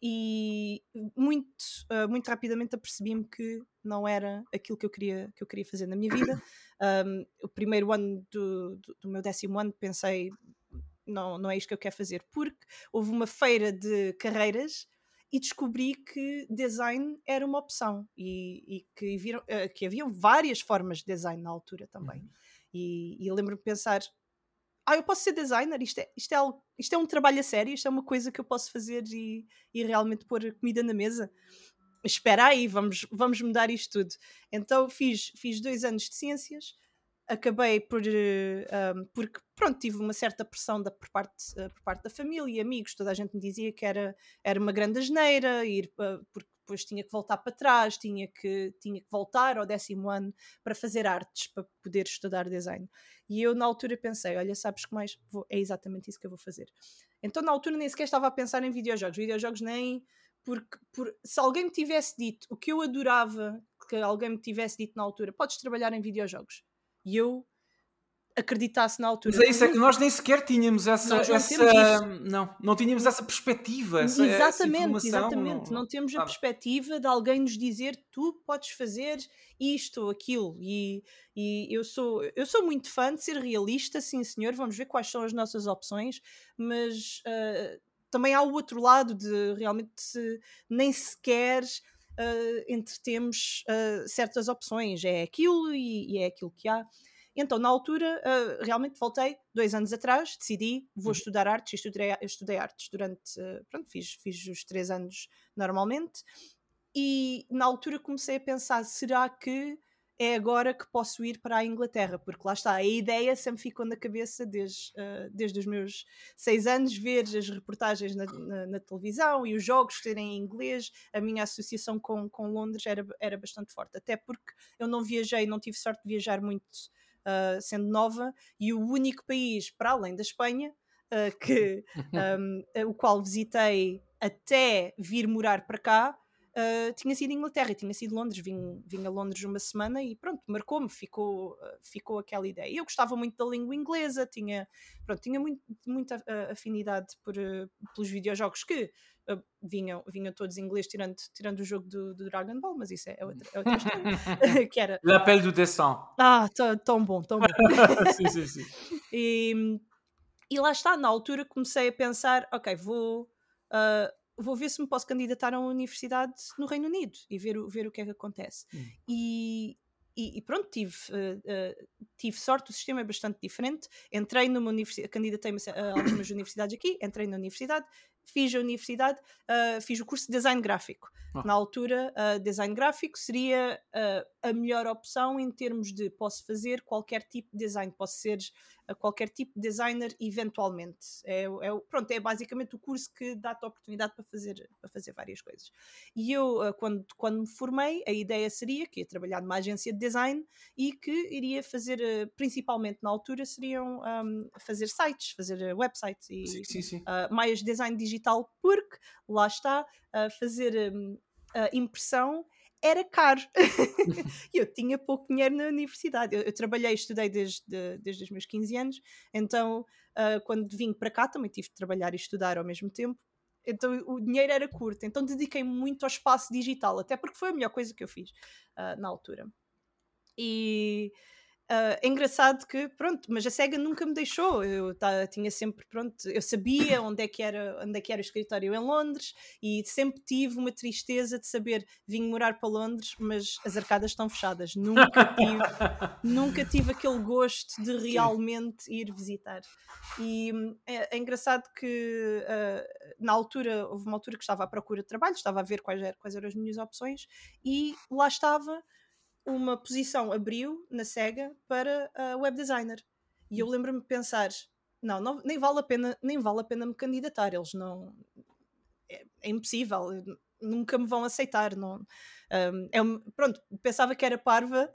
E muito, uh, muito rapidamente apercebi-me que não era aquilo que eu queria, que eu queria fazer na minha vida. Um, o primeiro ano do, do, do meu décimo ano pensei, não, não é isto que eu quero fazer, porque houve uma feira de carreiras e descobri que design era uma opção e, e que, viram, uh, que haviam várias formas de design na altura também. Uhum. E, e eu lembro-me de pensar, ah, eu posso ser designer, isto é, isto, é algo, isto é um trabalho a sério, isto é uma coisa que eu posso fazer e, e realmente pôr comida na mesa. Espera aí, vamos, vamos mudar isto tudo. Então fiz, fiz dois anos de ciências, acabei por, um, porque pronto, tive uma certa pressão da, por, parte, uh, por parte da família e amigos, toda a gente me dizia que era, era uma grande asneira, ir, uh, porque depois tinha que voltar para trás, tinha que, tinha que voltar ao décimo ano para fazer artes, para poder estudar design. E eu na altura pensei, olha, sabes que mais? Vou, é exatamente isso que eu vou fazer. Então na altura nem sequer estava a pensar em videojogos, videojogos nem... Porque por, se alguém me tivesse dito o que eu adorava que alguém me tivesse dito na altura, podes trabalhar em videojogos, e eu acreditasse na altura. Mas é isso, é que nós nem sequer tínhamos essa... Nós não, essa não, não tínhamos essa perspectiva, essa, exatamente, essa informação. Exatamente, não, não temos a perspectiva de alguém nos dizer tu podes fazer isto ou aquilo. E, e eu, sou, eu sou muito fã de ser realista, sim senhor, vamos ver quais são as nossas opções, mas uh, também há o outro lado de realmente se, nem sequer... Uh, entretemos uh, certas opções, é aquilo e, e é aquilo que há. Então, na altura, uh, realmente voltei, dois anos atrás, decidi, vou uhum. estudar artes, estudei, estudei artes durante, uh, pronto, fiz, fiz os três anos normalmente, e na altura comecei a pensar, será que é agora que posso ir para a Inglaterra? Porque lá está, a ideia sempre ficou na cabeça desde, uh, desde os meus seis anos, ver as reportagens na, na, na televisão e os jogos serem em inglês. A minha associação com, com Londres era, era bastante forte, até porque eu não viajei, não tive sorte de viajar muito uh, sendo nova, e o único país, para além da Espanha, uh, que, um, o qual visitei até vir morar para cá, Uh, tinha sido Inglaterra, tinha sido Londres. Vim, vim a Londres uma semana e pronto, marcou-me, ficou, uh, ficou aquela ideia. Eu gostava muito da língua inglesa, tinha, pronto, tinha muito, muita uh, afinidade por, uh, pelos videojogos que uh, vinham, vinham todos em inglês, tirando, tirando o jogo do, do Dragon Ball, mas isso é outra, é outra história. Que era... La Pelle du Descent. Ah, tão bom, tão bom. Sim, sim, sim. E, e lá está, na altura comecei a pensar, ok, vou... Uh, vou ver se me posso candidatar a uma universidade no Reino Unido e ver, ver o que é que acontece. Hum. E, e, e pronto, tive, uh, uh, tive sorte, o sistema é bastante diferente. Entrei numa universidade, candidatei-me a algumas universidades aqui, entrei na universidade, fiz a universidade, uh, fiz o curso de design gráfico. Oh. Na altura, uh, design gráfico seria uh, a melhor opção em termos de posso fazer qualquer tipo de design, posso ser uh, qualquer tipo de designer eventualmente. É, é, pronto, é basicamente o curso que dá-te a oportunidade para fazer, para fazer várias coisas. E eu, uh, quando, quando me formei, a ideia seria que ia trabalhar numa agência de design e que iria fazer, uh, principalmente na altura, seriam um, fazer sites, fazer uh, websites e sim, sim, sim. Uh, mais design digital, porque lá está, uh, fazer um, uh, impressão era caro. E eu tinha pouco dinheiro na universidade. Eu, eu trabalhei, estudei desde, desde os meus quinze anos, então uh, quando vim para cá também tive de trabalhar e estudar ao mesmo tempo. Então o dinheiro era curto, então dediquei-me muito ao espaço digital, até porque foi a melhor coisa que eu fiz uh, na altura. E Uh, é engraçado que, pronto, mas a SEGA nunca me deixou. Eu tá, tinha sempre, pronto, eu sabia onde é, que era, onde é que era o escritório em Londres e sempre tive uma tristeza de saber, vim morar para Londres, mas as arcadas estão fechadas. Nunca tive, nunca tive aquele gosto de realmente ir visitar. E é, é engraçado que uh, na altura, houve uma altura que estava à procura de trabalho, estava a ver quais, eram, quais eram as minhas opções e lá estava uma posição abriu na SEGA para uh, web designer. E eu lembro-me de pensar, não, não, nem vale a pena, nem vale a pena me candidatar, eles não, é, é impossível, nunca me vão aceitar, não, um, é um, pronto, pensava que era parva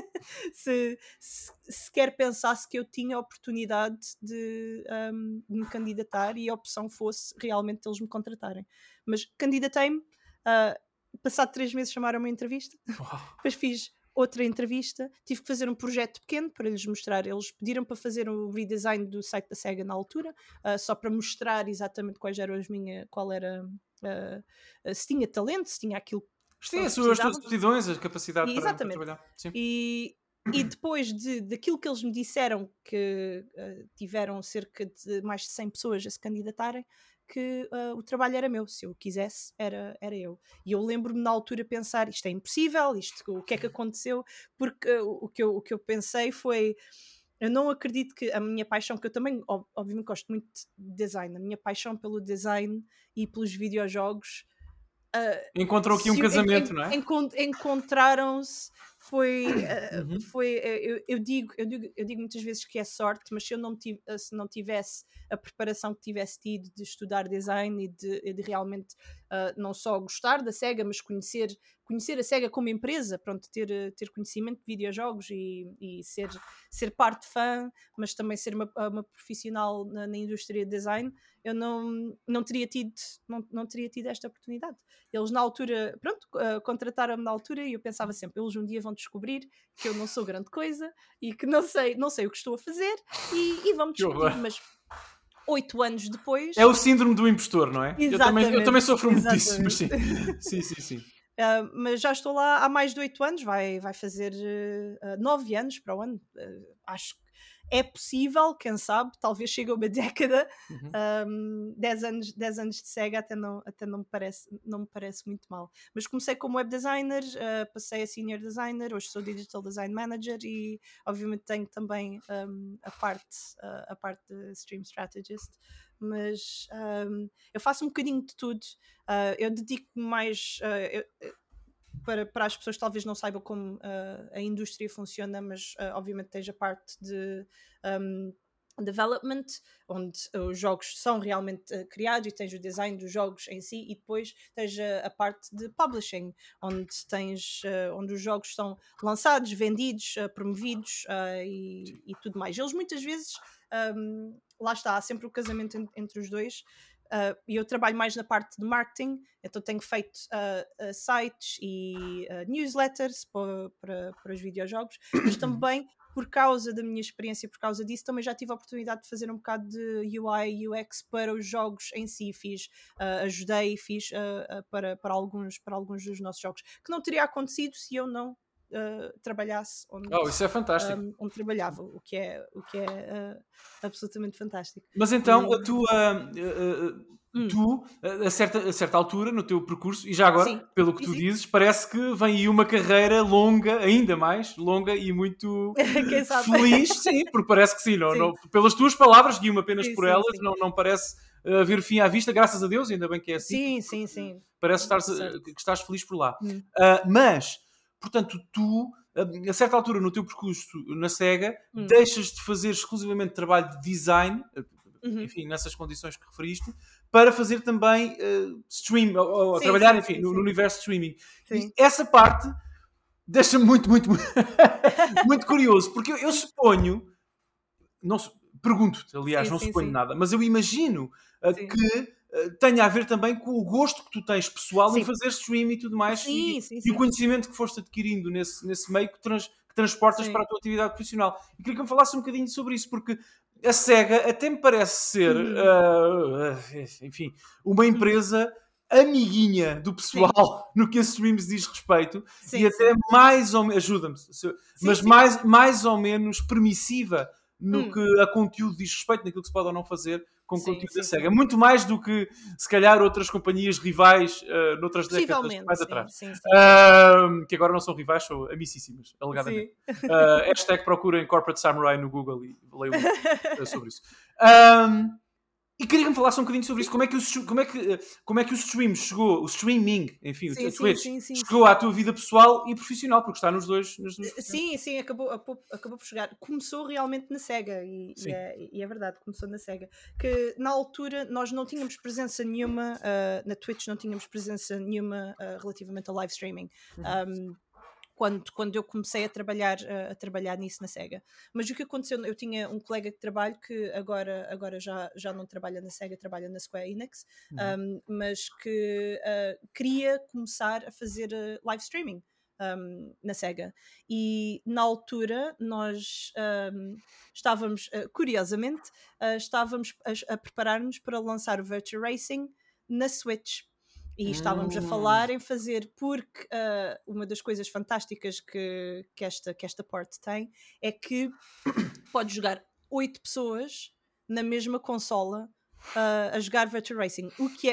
se, se sequer pensasse que eu tinha a oportunidade de, um, de me candidatar e a opção fosse realmente eles me contratarem. Mas candidatei-me, uh, passado três meses chamaram-me a entrevista, depois fiz outra entrevista, tive que fazer um projeto pequeno para lhes mostrar, eles pediram para fazer um redesign do site da SEGA na altura, uh, só para mostrar exatamente quais eram as minhas, qual era, uh, se tinha talento, se tinha aquilo que Sim, as suas aptidões, a capacidade para, para trabalhar. Sim. E, e depois de, daquilo que eles me disseram, que uh, tiveram cerca de mais de cem pessoas a se candidatarem, que uh, o trabalho era meu, se eu quisesse, era, era eu. E eu lembro-me na altura pensar, isto é impossível, isto, o que é que aconteceu? Porque uh, o, que eu, o que eu pensei foi, eu não acredito que a minha paixão, que eu também, obviamente gosto muito de design, a minha paixão pelo design e pelos videojogos, uh, encontrou aqui um casamento, en, não é? Encont, encontraram-se, foi, uh, uhum. foi uh, eu, eu, digo, eu, digo, eu digo muitas vezes que é sorte, mas se eu não, tive, se não tivesse a preparação que tivesse tido de estudar design e de, de realmente uh, não só gostar da SEGA, mas conhecer, conhecer a SEGA como empresa, pronto, ter, ter conhecimento de videojogos e, e ser, ser parte fã, mas também ser uma, uma profissional na, na indústria de design, eu não, não, teria tido, não, não teria tido esta oportunidade. Eles na altura, pronto, uh, contrataram-me na altura e eu pensava sempre, eles um dia vão descobrir que eu não sou grande coisa e que não sei, não sei o que estou a fazer e, e vão-me descobrir, mas oito anos depois... É o síndrome do impostor, não é? Exatamente, eu, também, eu também sofro muito disso, mas sim. sim, sim, sim. Uh, mas já estou lá há mais de oito anos, vai, vai fazer uh, nove anos para o ano. Uh, acho que é possível, quem sabe, talvez chegue a uma década, uhum. um, dez anos, dez anos de SEGA até, não, até não, me parece, não me parece muito mal. Mas comecei como web designer, uh, passei a senior designer, hoje sou digital design manager e obviamente tenho também um, a, parte, uh, a parte de stream strategist. Mas um, eu faço um bocadinho de tudo, uh, eu dedico-me mais uh, eu, para, para as pessoas que talvez não saibam como uh, a indústria funciona, mas uh, obviamente tens a parte de um, development, onde os jogos são realmente uh, criados e tens o design dos jogos em si, e depois tens a, a parte de publishing, onde tens uh, onde os jogos são lançados, vendidos, uh, promovidos uh, e, e tudo mais. Eles muitas vezes um, lá está, há sempre o casamento en- entre os dois uh, e eu trabalho mais na parte de marketing, então tenho feito uh, uh, sites e uh, newsletters para, para, para os videojogos, mas também por causa da minha experiência, por causa disso, também já tive a oportunidade de fazer um bocado de U I U X para os jogos em si, fiz, uh, ajudei, fiz uh, uh, para, para, alguns, para alguns dos nossos jogos, que não teria acontecido se eu não Uh, trabalhasse onde, oh, isso é fantástico. Um, onde trabalhava, o que é, o que é uh, absolutamente fantástico. Mas então, e... a tua uh, uh, Hum. tu, a certa, a certa altura no teu percurso, e já agora, Sim. pelo que Sim, tu sim. dizes, parece que vem aí uma carreira longa, ainda mais longa e muito Quem sabe? feliz, sim, porque parece que sim, não, Sim. não- pelas tuas palavras, guio-me apenas Sim, por sim, elas, sim. não, não parece uh, haver fim à vista, graças a Deus, ainda bem que é assim, Sim, sim, sim. parece estar, Certo. que estás feliz por lá. Hum. Uh, mas, portanto, tu, a certa altura no teu percurso na SEGA, Hum. deixas de fazer exclusivamente trabalho de design, Uhum. enfim, nessas condições que referiste, para fazer também uh, stream, ou, ou Sim, trabalhar, sim, enfim, sim, no, sim. no universo de streaming. Sim. E essa parte deixa-me muito, muito, muito curioso, porque eu, eu suponho, não pergunto-te, aliás, Sim, não sim, suponho sim. nada, mas eu imagino uh, Sim. que uh, tenha a ver também com o gosto que tu tens pessoal em Sim. fazer stream e tudo mais, Sim, e, sim, e o sim. conhecimento que foste adquirindo nesse, nesse meio que, trans, que transportas Sim. para a tua atividade profissional. E queria que me falasse um bocadinho sobre isso, porque a SEGA até me parece ser, Uhum. uh, enfim, uma empresa amiguinha do pessoal Sim. no que a streams diz respeito, Sim, e até sim. mais ou menos, ajuda-me, mas sim. mais, mais ou menos permissiva no Hum. que a conteúdo diz respeito, naquilo que se pode ou não fazer com Sim, conteúdo da sim, SEGA. sim. Muito mais do que, se calhar, outras companhias rivais uh, noutras décadas Possivelmente, mais sim, atrás. sim, sim. Uh, que agora não são rivais, são amicíssimas, alegadamente. Sim. Uh, hashtag procurem Corporate Samurai no Google e leiam uh, sobre isso. Um, E queria que me falasse um bocadinho sobre isso. Como é que o, como é que, como é que o stream chegou, o streaming, enfim, Sim, o sim, Twitch, sim, sim, chegou sim. à tua vida pessoal e profissional, porque está nos dois, nas duas vertentes. Sim, sim, acabou, acabou, acabou por chegar. Começou realmente na SEGA e, e, Sim. é, e é verdade, começou na SEGA. Que na altura nós não tínhamos presença nenhuma, uh, na Twitch não tínhamos presença nenhuma uh, relativamente ao live streaming. Um, Quando, quando eu comecei a trabalhar, a, a trabalhar nisso na SEGA. Mas o que aconteceu, eu tinha um colega de trabalho que agora, agora já, já não trabalha na SEGA, trabalha na Square Enix, um, mas que uh, queria começar a fazer uh, live streaming um, na SEGA. E na altura nós um, estávamos, uh, curiosamente, uh, estávamos a, a preparar-nos para lançar o Virtua Racing na Switch. E estávamos a falar em fazer, porque uh, uma das coisas fantásticas que, que, esta, que esta port tem é que pode jogar oito pessoas na mesma consola uh, a jogar Virtua Racing, o que é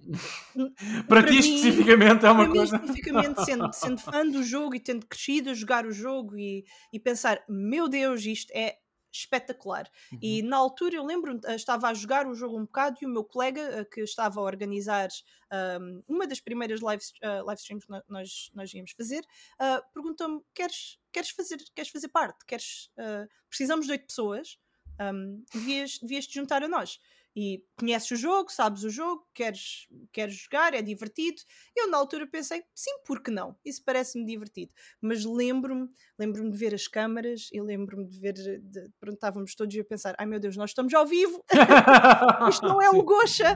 uh, para, para ti mim, especificamente é uma para coisa. mim especificamente sendo, sendo fã do jogo e tendo crescido a jogar o jogo e, e pensar, meu Deus, isto é espetacular. Uhum. E na altura eu lembro, estava a jogar o jogo um bocado e o meu colega que estava a organizar um, uma das primeiras live, uh, live streams que nós, nós íamos fazer, uh, perguntou-me, queres, queres, fazer, queres fazer parte? Queres, uh, precisamos de oito pessoas, um, devias, devias te juntar a nós. E conheces o jogo, sabes o jogo, queres, queres jogar, é divertido. Eu na altura pensei, sim, por que não? Isso parece-me divertido. Mas lembro-me, lembro-me de ver as câmaras e lembro-me de ver, de, pronto, estávamos todos a pensar, ai meu Deus, nós estamos ao vivo, isto não é o Gosha.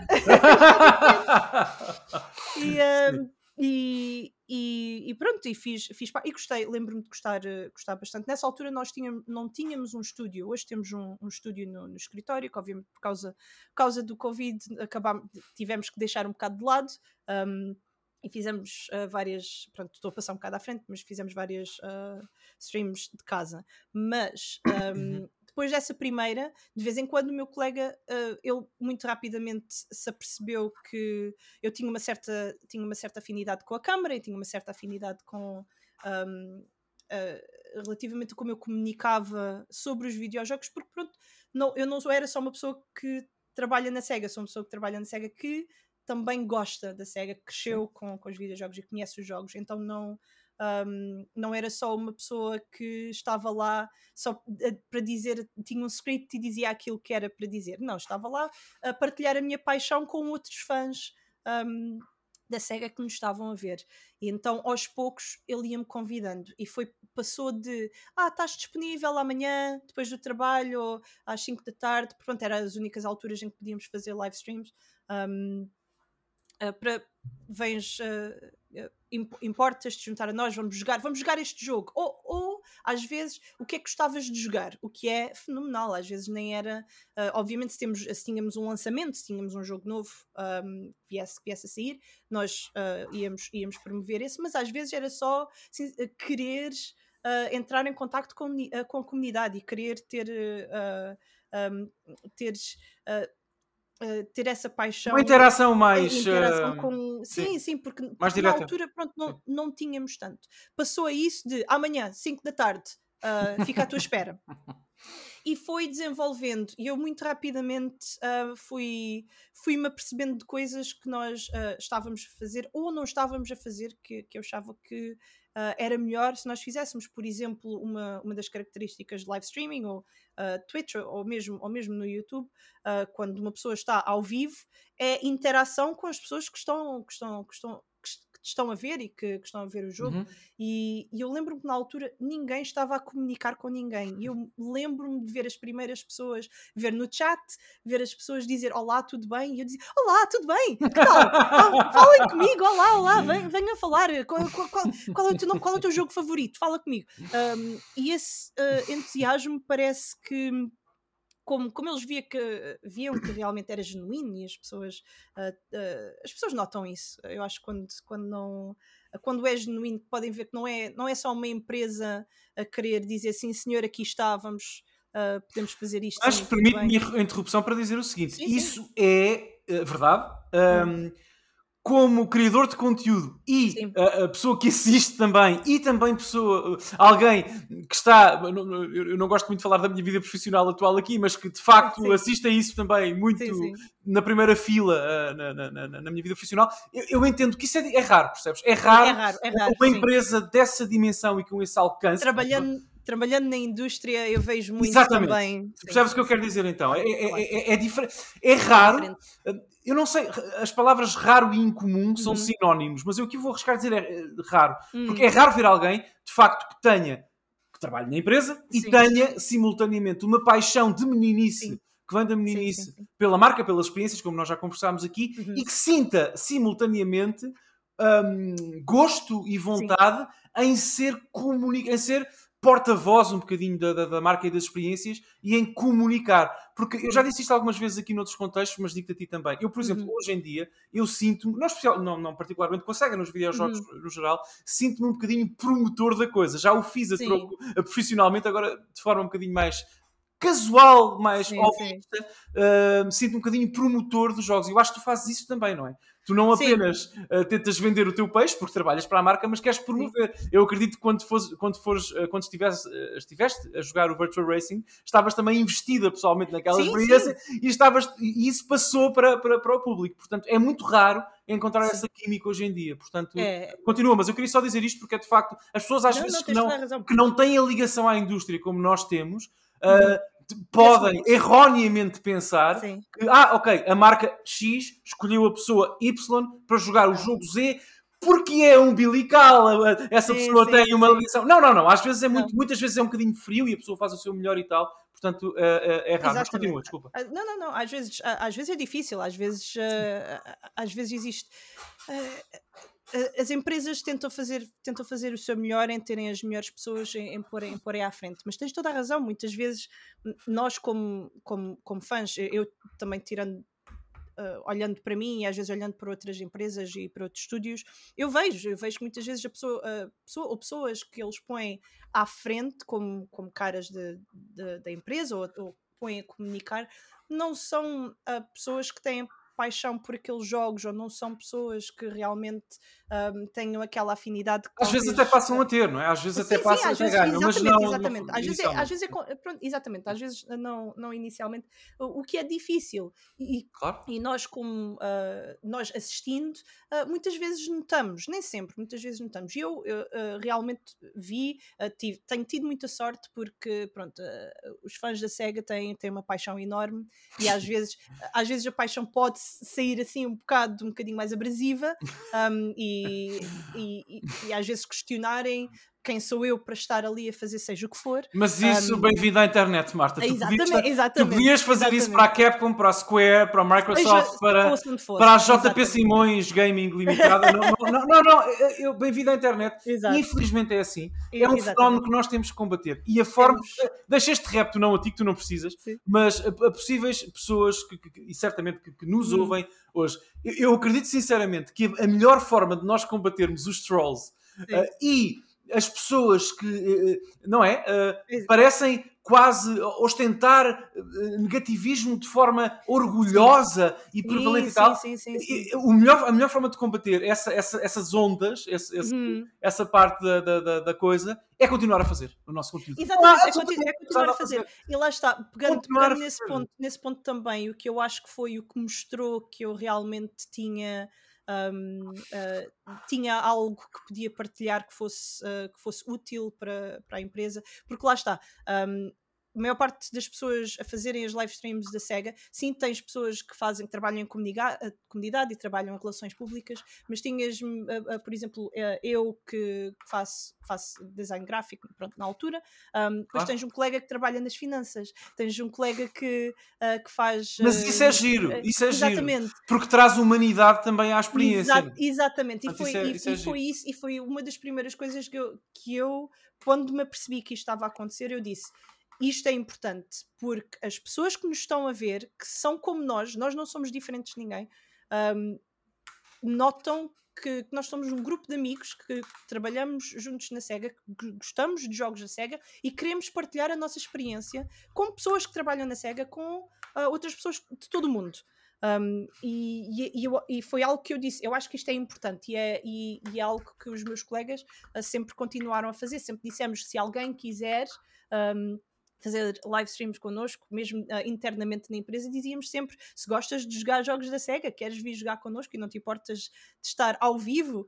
e, um, e, e, e pronto, e fiz, fiz e gostei, lembro-me de gostar, gostar bastante. Nessa altura nós tínhamos, não tínhamos um estúdio, hoje temos um, um estúdio no, no escritório, que obviamente por causa, por causa do Covid acabámos, tivemos que deixar um bocado de lado, um, e fizemos uh, várias, pronto, estou a passar um bocado à frente, mas fizemos várias uh, streams de casa. Mas um, depois dessa primeira, de vez em quando o meu colega, uh, ele muito rapidamente se apercebeu que eu tinha uma certa, tinha uma certa afinidade com a câmara e tinha uma certa afinidade com um, uh, relativamente a como eu comunicava sobre os videojogos, porque pronto, não, eu não era só uma pessoa que trabalha na SEGA, sou uma pessoa que trabalha na SEGA que também gosta da SEGA, cresceu com, com os videojogos e conhece os jogos, então não, um, não era só uma pessoa que estava lá só para dizer, tinha um script e dizia aquilo que era para dizer, não, estava lá a partilhar a minha paixão com outros fãs um, da SEGA que nos estavam a ver, e então aos poucos ele ia-me convidando e foi, passou de, ah, estás disponível amanhã depois do trabalho ou às cinco da tarde, pronto, eram as únicas alturas em que podíamos fazer live streams, um, Uh, para vens uh, uh, importas-te juntar a nós, vamos jogar, vamos jogar este jogo, ou, ou às vezes o que é que gostavas de jogar, o que é fenomenal, às vezes nem era uh, obviamente se, temos, se tínhamos um lançamento, se tínhamos um jogo novo um, que viesse, viesse a sair, nós uh, íamos, íamos promover esse, mas às vezes era só assim, querer uh, entrar em contacto com, uh, com a comunidade e querer ter uh, um, teres uh, uh, ter essa paixão. Uma interação mais... Interação uh, com... Sim, sim, sim porque, mais porque direta. na altura pronto, não, não tínhamos tanto. Passou a isso de amanhã, cinco da tarde, uh, fica à tua espera. E foi desenvolvendo, e eu muito rapidamente uh, fui, fui-me apercebendo de coisas que nós uh, estávamos a fazer ou não estávamos a fazer, que, que eu achava que uh, era melhor se nós fizéssemos. Por exemplo, uma, uma das características de live streaming, ou uh, Twitch, ou mesmo, ou mesmo no YouTube, uh, quando uma pessoa está ao vivo, é interação com as pessoas que estão, que estão, que estão que estão a ver e que, que estão a ver o jogo. Uhum. E, e eu lembro-me que na altura ninguém estava a comunicar com ninguém. E eu lembro-me de ver as primeiras pessoas, ver no chat, ver as pessoas dizer olá, tudo bem? E eu dizia, olá, tudo bem? Que tal? Ah, falem comigo, olá, olá, venham, venham falar. Qual, qual, qual, qual, é o teu nome? Qual é o teu jogo favorito? Fala comigo. Um, e esse uh, entusiasmo parece que Como, como eles via que, viam que realmente era genuíno, e as pessoas, uh, uh, as pessoas notam isso. Eu acho que quando, quando, não, quando é genuíno, podem ver que não é, não é só uma empresa a querer dizer sim senhor, aqui está, vamos, uh, podemos fazer isto. Acho que permite-me a interrupção para dizer o seguinte, sim, isso sim. é uh, verdade. Um, hum. Como criador de conteúdo e a, a pessoa que assiste também, e também pessoa, alguém que está, eu não gosto muito de falar da minha vida profissional atual aqui, mas que de facto sim. assiste a isso também muito sim, sim. na primeira fila na, na, na, na minha vida profissional, eu, eu entendo que isso é, é raro, percebes? É raro, é raro, é raro uma sim. empresa dessa dimensão e com esse alcance. Trabalhando... Trabalhando na indústria, eu vejo muito Exatamente. também. Percebes o que eu quero dizer então? É, é, é, é diferente. É raro. Eu não sei, as palavras raro e incomum são uhum. sinónimos, mas eu aqui vou arriscar dizer é raro. Uhum. Porque é raro ver alguém, de facto, que tenha, que trabalhe na empresa e sim. tenha simultaneamente uma paixão de meninice, sim. que vem da meninice, sim, sim, sim. pela marca, pelas experiências, como nós já conversámos aqui, uhum. e que sinta simultaneamente um, gosto e vontade sim. em ser comunicado, em ser porta-voz um bocadinho da, da, da marca e das experiências e em comunicar. Porque eu já disse isto algumas vezes aqui noutros contextos, mas digo-te a ti também. Eu, por exemplo, uhum. hoje em dia, eu sinto-me, não, especial, não, não particularmente com a SEGA, nos videojogos uhum. no geral, sinto-me um bocadinho promotor da coisa. Já o fiz a troco, a, profissionalmente, agora de forma um bocadinho mais casual, mais sim, obvista, uh, sinto-me um bocadinho promotor dos jogos. E eu acho que tu fazes isso também, não é? Tu não apenas uh, tentas vender o teu peixe, porque trabalhas para a marca, mas queres promover. Sim. Eu acredito que quando, fores, quando, fores, uh, quando estivesse, uh, estiveste a jogar o Virtual Racing, estavas também investida pessoalmente naquela sim, experiência sim. E, estavas, e isso passou para, para, para o público. Portanto, é muito raro encontrar sim. essa química hoje em dia. Portanto, é... continua. Mas eu queria só dizer isto porque é de facto, as pessoas às não, vezes não, que, não, que não têm a ligação à indústria como nós temos, uhum. uh, podem erroneamente pensar sim. que, ah, ok, a marca X escolheu a pessoa Y para jogar o jogo Z porque é umbilical, essa sim, pessoa sim, tem uma ligação. Não, não, não. Às vezes é muito, muitas vezes é um bocadinho frio e a pessoa faz o seu melhor e tal. Portanto, é, é raro. Mas continua, desculpa. Não, não, não. Às vezes, às vezes é difícil. Às vezes, às vezes existe... As empresas tentam fazer, tentam fazer o seu melhor em terem as melhores pessoas em, em, porem, em porem à frente, mas tens toda a razão, muitas vezes nós como, como, como fãs, eu também tirando, uh, olhando para mim e às vezes olhando para outras empresas e para outros estúdios, eu vejo, eu vejo que muitas vezes a pessoa, a pessoa ou pessoas que eles põem à frente como, como caras de, de, da empresa ou, ou põem a comunicar, não são uh, pessoas que têm paixão por aqueles jogos ou não são pessoas que realmente um, tenham aquela afinidade que às talvez... vezes até passam a ter, não é? Às vezes sim, até passam a ganhar, mas não exatamente, às vezes, é, às vezes é, pronto, exatamente, às vezes não, não inicialmente, o, o que é difícil e, claro. e nós como uh, nós assistindo uh, muitas vezes notamos, nem sempre, muitas vezes notamos e eu, eu uh, realmente vi, uh, tive, tenho tido muita sorte porque pronto, uh, os fãs da SEGA têm, têm uma paixão enorme e às vezes, às vezes a paixão pode sair assim um bocado, um bocadinho mais abrasiva um, e, e, e às vezes questionarem quem sou eu para estar ali a fazer seja o que for. Mas isso, um, bem-vindo à internet, Marta. Tu exatamente, podias, exatamente, tu podias fazer exatamente. isso para a Capcom, para a Square, para a Microsoft, para, fosse, para a J P exatamente. Simões Gaming Limitada. não, não, não, não, eu, bem-vindo à internet. Exato. Infelizmente é assim. É um exatamente. Fenómeno que nós temos que combater. E a forma... Temos... Deixa este repto não a ti, que tu não precisas, sim. mas a, a possíveis pessoas, que, que, e certamente que, que nos hum. ouvem hoje. Eu, eu acredito sinceramente que a melhor forma de nós combatermos os trolls uh, e... as pessoas que, não é, uh, parecem quase ostentar negativismo de forma orgulhosa sim. e prevalente sim, e tal. Sim, sim, sim, sim. O melhor, a melhor forma de combater essa, essa, essas ondas, esse, esse, uhum. essa parte da, da, da coisa, é continuar a fazer o nosso conteúdo. Exatamente, ah, é, continu- é continuar a fazer. E lá está, pegando, pegando nesse, ponto, nesse ponto também, o que eu acho que foi o que mostrou que eu realmente tinha... Um, uh, tinha algo que podia partilhar que fosse, uh, que fosse útil para, para a empresa, porque lá está, um, a maior parte das pessoas a fazerem as live streams da SEGA, sim, tens pessoas que fazem, que trabalham em comunidade, comunidade e trabalham em relações públicas, mas tinhas, uh, uh, por exemplo, uh, eu que faço, faço design gráfico, pronto, na altura, um, depois ah. tens um colega que trabalha nas finanças, tens um colega que, uh, que faz... Uh, mas isso é giro, isso é exatamente. Giro, porque traz humanidade também à experiência. Exa- exatamente, e, foi, isso é, e, isso é e foi isso, e foi uma das primeiras coisas que eu, que eu, quando me apercebi que isto estava a acontecer, eu disse... Isto é importante, porque as pessoas que nos estão a ver, que são como nós, nós não somos diferentes de ninguém, um, notam que, que nós somos um grupo de amigos que trabalhamos juntos na SEGA, que gostamos de jogos da SEGA e queremos partilhar a nossa experiência com pessoas que trabalham na SEGA, com uh, outras pessoas de todo o mundo. Um, e, e, e foi algo que eu disse, eu acho que isto é importante e é, e, e é algo que os meus colegas uh, sempre continuaram a fazer, sempre dissemos que se alguém quiser... Um, fazer live streams connosco, mesmo uh, internamente na empresa, dizíamos sempre, se gostas de jogar jogos da SEGA, queres vir jogar connosco e não te importas de estar ao vivo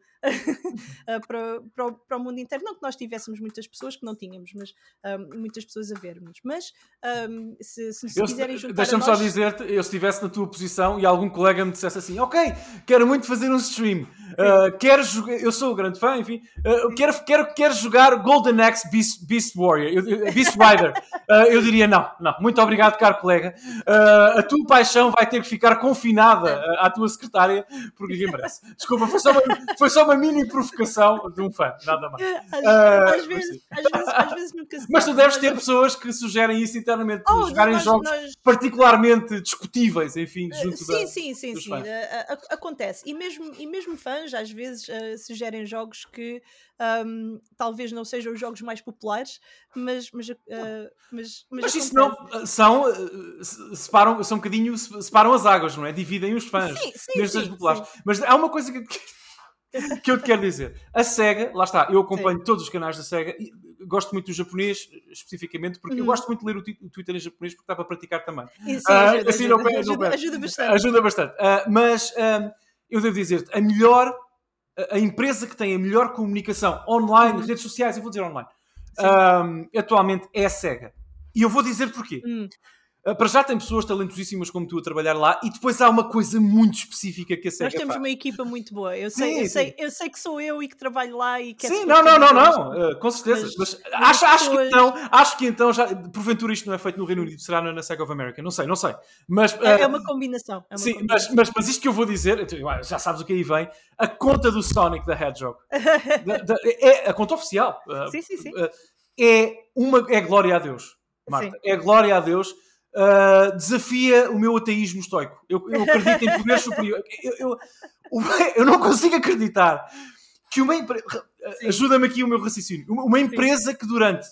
uh, para, para, o, para o mundo inteiro, não que nós tivéssemos muitas pessoas, que não tínhamos, mas um, muitas pessoas a ver-nos, mas um, se, se, se eu, quiserem juntar deixa-me a nós... só dizer-te, eu se estivesse na tua posição e algum colega me dissesse assim, ok, quero muito fazer um stream, uh, quero jogar, eu sou o grande fã, enfim, uh, quero, quero, quero jogar Golden Axe Beast, Beast Warrior, eu, Beast Rider. Uh, eu diria não, não, muito obrigado, caro colega. Uh, a tua paixão vai ter que ficar confinada uh, à tua secretária, porque ninguém merece. Desculpa, foi só uma, foi só uma mini provocação de um fã, nada mais. Às, uh, às, vezes, às, vezes, às vezes nunca se Mas tu deves ter pessoas que sugerem isso internamente, oh, jogarem nós, jogos nós... particularmente discutíveis, enfim, junto sim, da, sim, sim, sim, uh, acontece. E mesmo, e mesmo fãs, às vezes, uh, sugerem jogos que um, talvez não sejam os jogos mais populares, mas mas, uh, mas, mas, mas isso não são uh, separam, são um bocadinho separam as águas, não é? Dividem os fãs, sim, sim, mesmo sim, os populares. Sim. Mas há uma coisa que, que eu te quero dizer. A SEGA, lá está, eu acompanho sim. todos os canais da SEGA e gosto muito do japonês, especificamente, porque uhum. eu gosto muito de ler o, t- o Twitter em japonês porque dá para praticar também. Isso, uh, ajuda, assim, ajuda, não, ajuda, não, ajuda bastante. Ajuda bastante. Uh, mas um, eu devo dizer-te, a melhor a empresa que tem a melhor comunicação online, uhum. redes sociais, eu vou dizer online, um, atualmente é a SEGA. E eu vou dizer porquê. Uhum. Uh, para já tem pessoas talentosíssimas como tu a trabalhar lá e depois há uma coisa muito específica que a SEGA Nós temos faz. Uma equipa muito boa. Eu sei, sim, eu, sei, eu sei que sou eu e que trabalho lá e que é sim, não, não, não, não, uh, com certeza. Mas, mas acho, acho, pessoas... que então, acho que então, já, porventura isto não é feito no Reino Unido, será na SEGA of America, não sei, não sei. Mas, uh, é, é uma combinação. É uma sim, combinação. Mas, mas, mas isto que eu vou dizer, já sabes o que aí vem, a conta do Sonic da Hedgehog, da, da, é a conta oficial. Uh, sim, sim, sim. Uh, é, uma, é glória a Deus, Marta, sim. é glória a Deus. Uh, desafia o meu ateísmo estoico. Eu, eu acredito em poder superior. Eu, eu, eu não consigo acreditar que uma empresa... Ajuda-me aqui o meu raciocínio. Uma empresa sim. que durante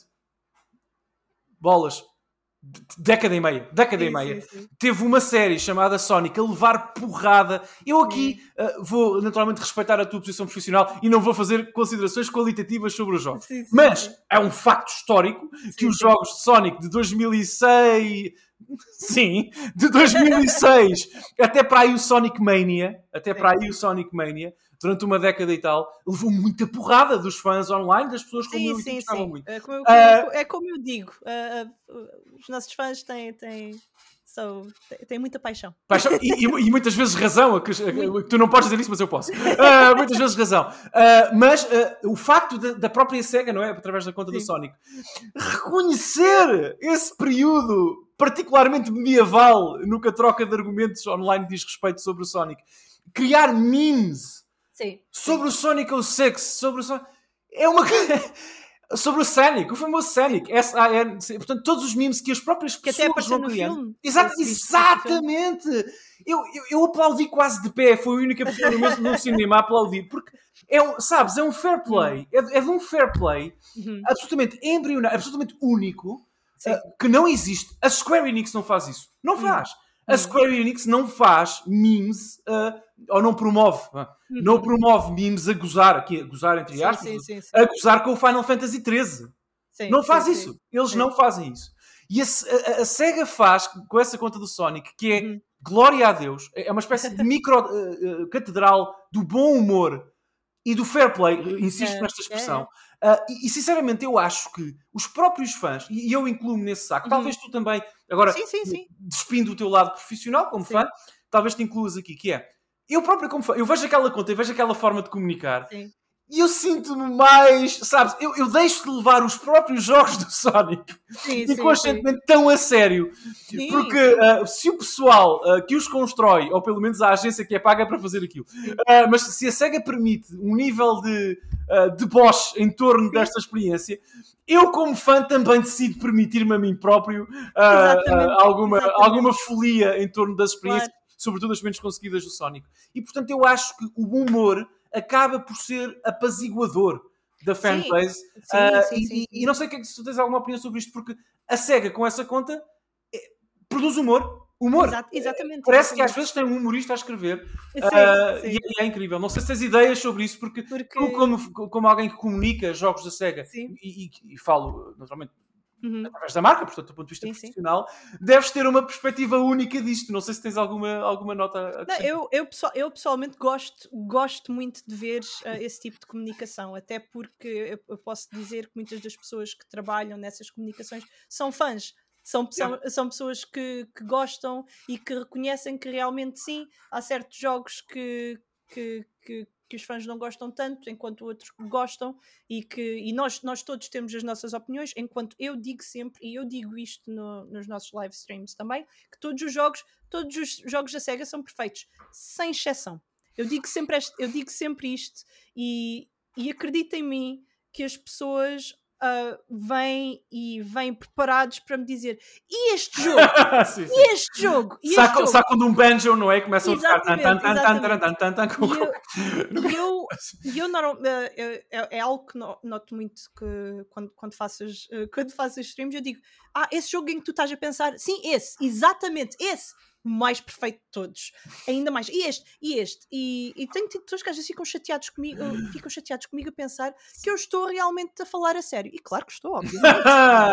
bolas, década e meia, década sim, e meia, sim, sim. teve uma série chamada Sonic a levar porrada. Eu aqui uh, vou naturalmente respeitar a tua posição profissional e não vou fazer considerações qualitativas sobre os jogos. Sim, sim, Mas sim. é um facto histórico sim, que os sim. jogos de Sonic de dois mil e seis... Sim, de dois mil e seis até para aí o Sonic Mania, até para aí o Sonic Mania, durante uma década e tal, levou muita porrada dos fãs online, das pessoas como sim, eu sim, gostavam sim. muito. É como, eu, uh, é como eu digo, uh, uh, os nossos fãs têm, têm, são, têm muita paixão. Paixão e, e, e muitas vezes razão, que, que tu não podes dizer isso, mas eu posso. Uh, muitas vezes razão. Uh, mas uh, o facto de, da própria SEGA, não é? Através da conta sim. do Sonic, reconhecer esse período particularmente medieval no que a troca de argumentos online diz respeito sobre o Sonic, criar memes sim, sobre sim. o Sonic oh six, sobre o Sonic... é uma sobre o Sonic, o famoso Sonic, S A N C, portanto todos os memes que as próprias que pessoas até vão no criando. Filme. Exato, exatamente. Eu, eu, eu aplaudi quase de pé, foi a única pessoa no, meu, no cinema a aplaudir, porque é um, sabes, é um fair play, é, é de um fair play Uhum. absolutamente embrionário, absolutamente único, Sim. uh, que não existe. A Square Enix não faz isso. Não faz. Uhum. A Square Enix não faz memes, uh, ou não promove, uh, Uhum. não promove memes a gozar, aqui, a gozar entre Sim, aspas, sim, sim, sim. a gozar com o Final Fantasy treze. Sim, Não faz sim, isso. sim. Eles Sim. não fazem isso. E a, a, a SEGA faz com essa conta do Sonic, que é Uhum. glória a Deus, é uma espécie de micro uh, uh, catedral do bom humor e do fair play, insisto É, nesta expressão. é, é. Uh, e, e sinceramente eu acho que os próprios fãs, e, e eu incluo-me nesse saco, Uhum. talvez tu também, agora Sim, sim, sim. despindo o teu lado profissional como Sim. fã, talvez te incluas aqui, que é, eu próprio como fã, eu vejo aquela conta, eu vejo aquela forma de comunicar, Sim. e eu sinto-me mais, sabes, eu, eu deixo de levar os próprios jogos do Sonic Sim, inconscientemente sim, tão a sério. sim. Porque Sim, uh, se o pessoal uh, que os constrói, ou pelo menos a agência que é paga para fazer aquilo, uh, mas se a SEGA permite um nível de uh, deboche em torno sim. desta experiência, eu como fã também decido permitir-me a mim próprio uh, Exatamente, uh, alguma, exatamente. alguma folia em torno das experiências, Claro. sobretudo as menos conseguidas do Sonic. E portanto eu acho que o humor acaba por ser apaziguador da fanbase. Sim, sim, Uh, sim, e, sim, e, e não sei que, se tu tens alguma opinião sobre isto, porque a SEGA com essa conta é, produz humor. Humor. Exato, exatamente, Parece exatamente. que às vezes tem um humorista a escrever. Sim, Uh, sim. e é, é incrível. Não sei se tens ideias sobre isso, porque, Porque... tu, como, como alguém que comunica jogos da SEGA, e, e, e falo naturalmente Uhum. através da marca, portanto, do ponto de vista Sim, profissional, sim. Deves ter uma perspectiva única disto. Não sei se tens alguma, alguma nota a Não, eu, eu, pessoal, eu pessoalmente gosto, gosto muito de ver uh, esse tipo de comunicação, até porque eu, eu posso dizer que muitas das pessoas que trabalham nessas comunicações são fãs. São, são, são pessoas que, que gostam e que reconhecem que realmente sim, há certos jogos que, que, que, que os fãs não gostam tanto, enquanto outros gostam, e que e nós, nós todos temos as nossas opiniões, enquanto eu digo sempre, e eu digo isto no, nos nossos live streams também, que todos os jogos, todos os jogos da SEGA são perfeitos, sem exceção. Eu digo sempre, este, eu digo sempre isto, e, e acredita em mim que as pessoas Uh, vêm e vêm preparados para me dizer e este jogo? sim, sim. E este jogo? E este jogo? Sacam de um banjo, não é? Começam exatamente, a tocar exatamente. E eu, e eu não, uh, é, é algo que noto muito que quando, quando, faças, uh, quando faças streams, eu digo, ah, esse jogo em que tu estás a pensar, sim, esse, exatamente, esse, o mais perfeito de todos, ainda mais, e este, e este, e, e tenho tido pessoas que às vezes ficam chateados comigo, uh, ficam chateados comigo a pensar que eu estou realmente a falar a sério, e claro que estou, obviamente,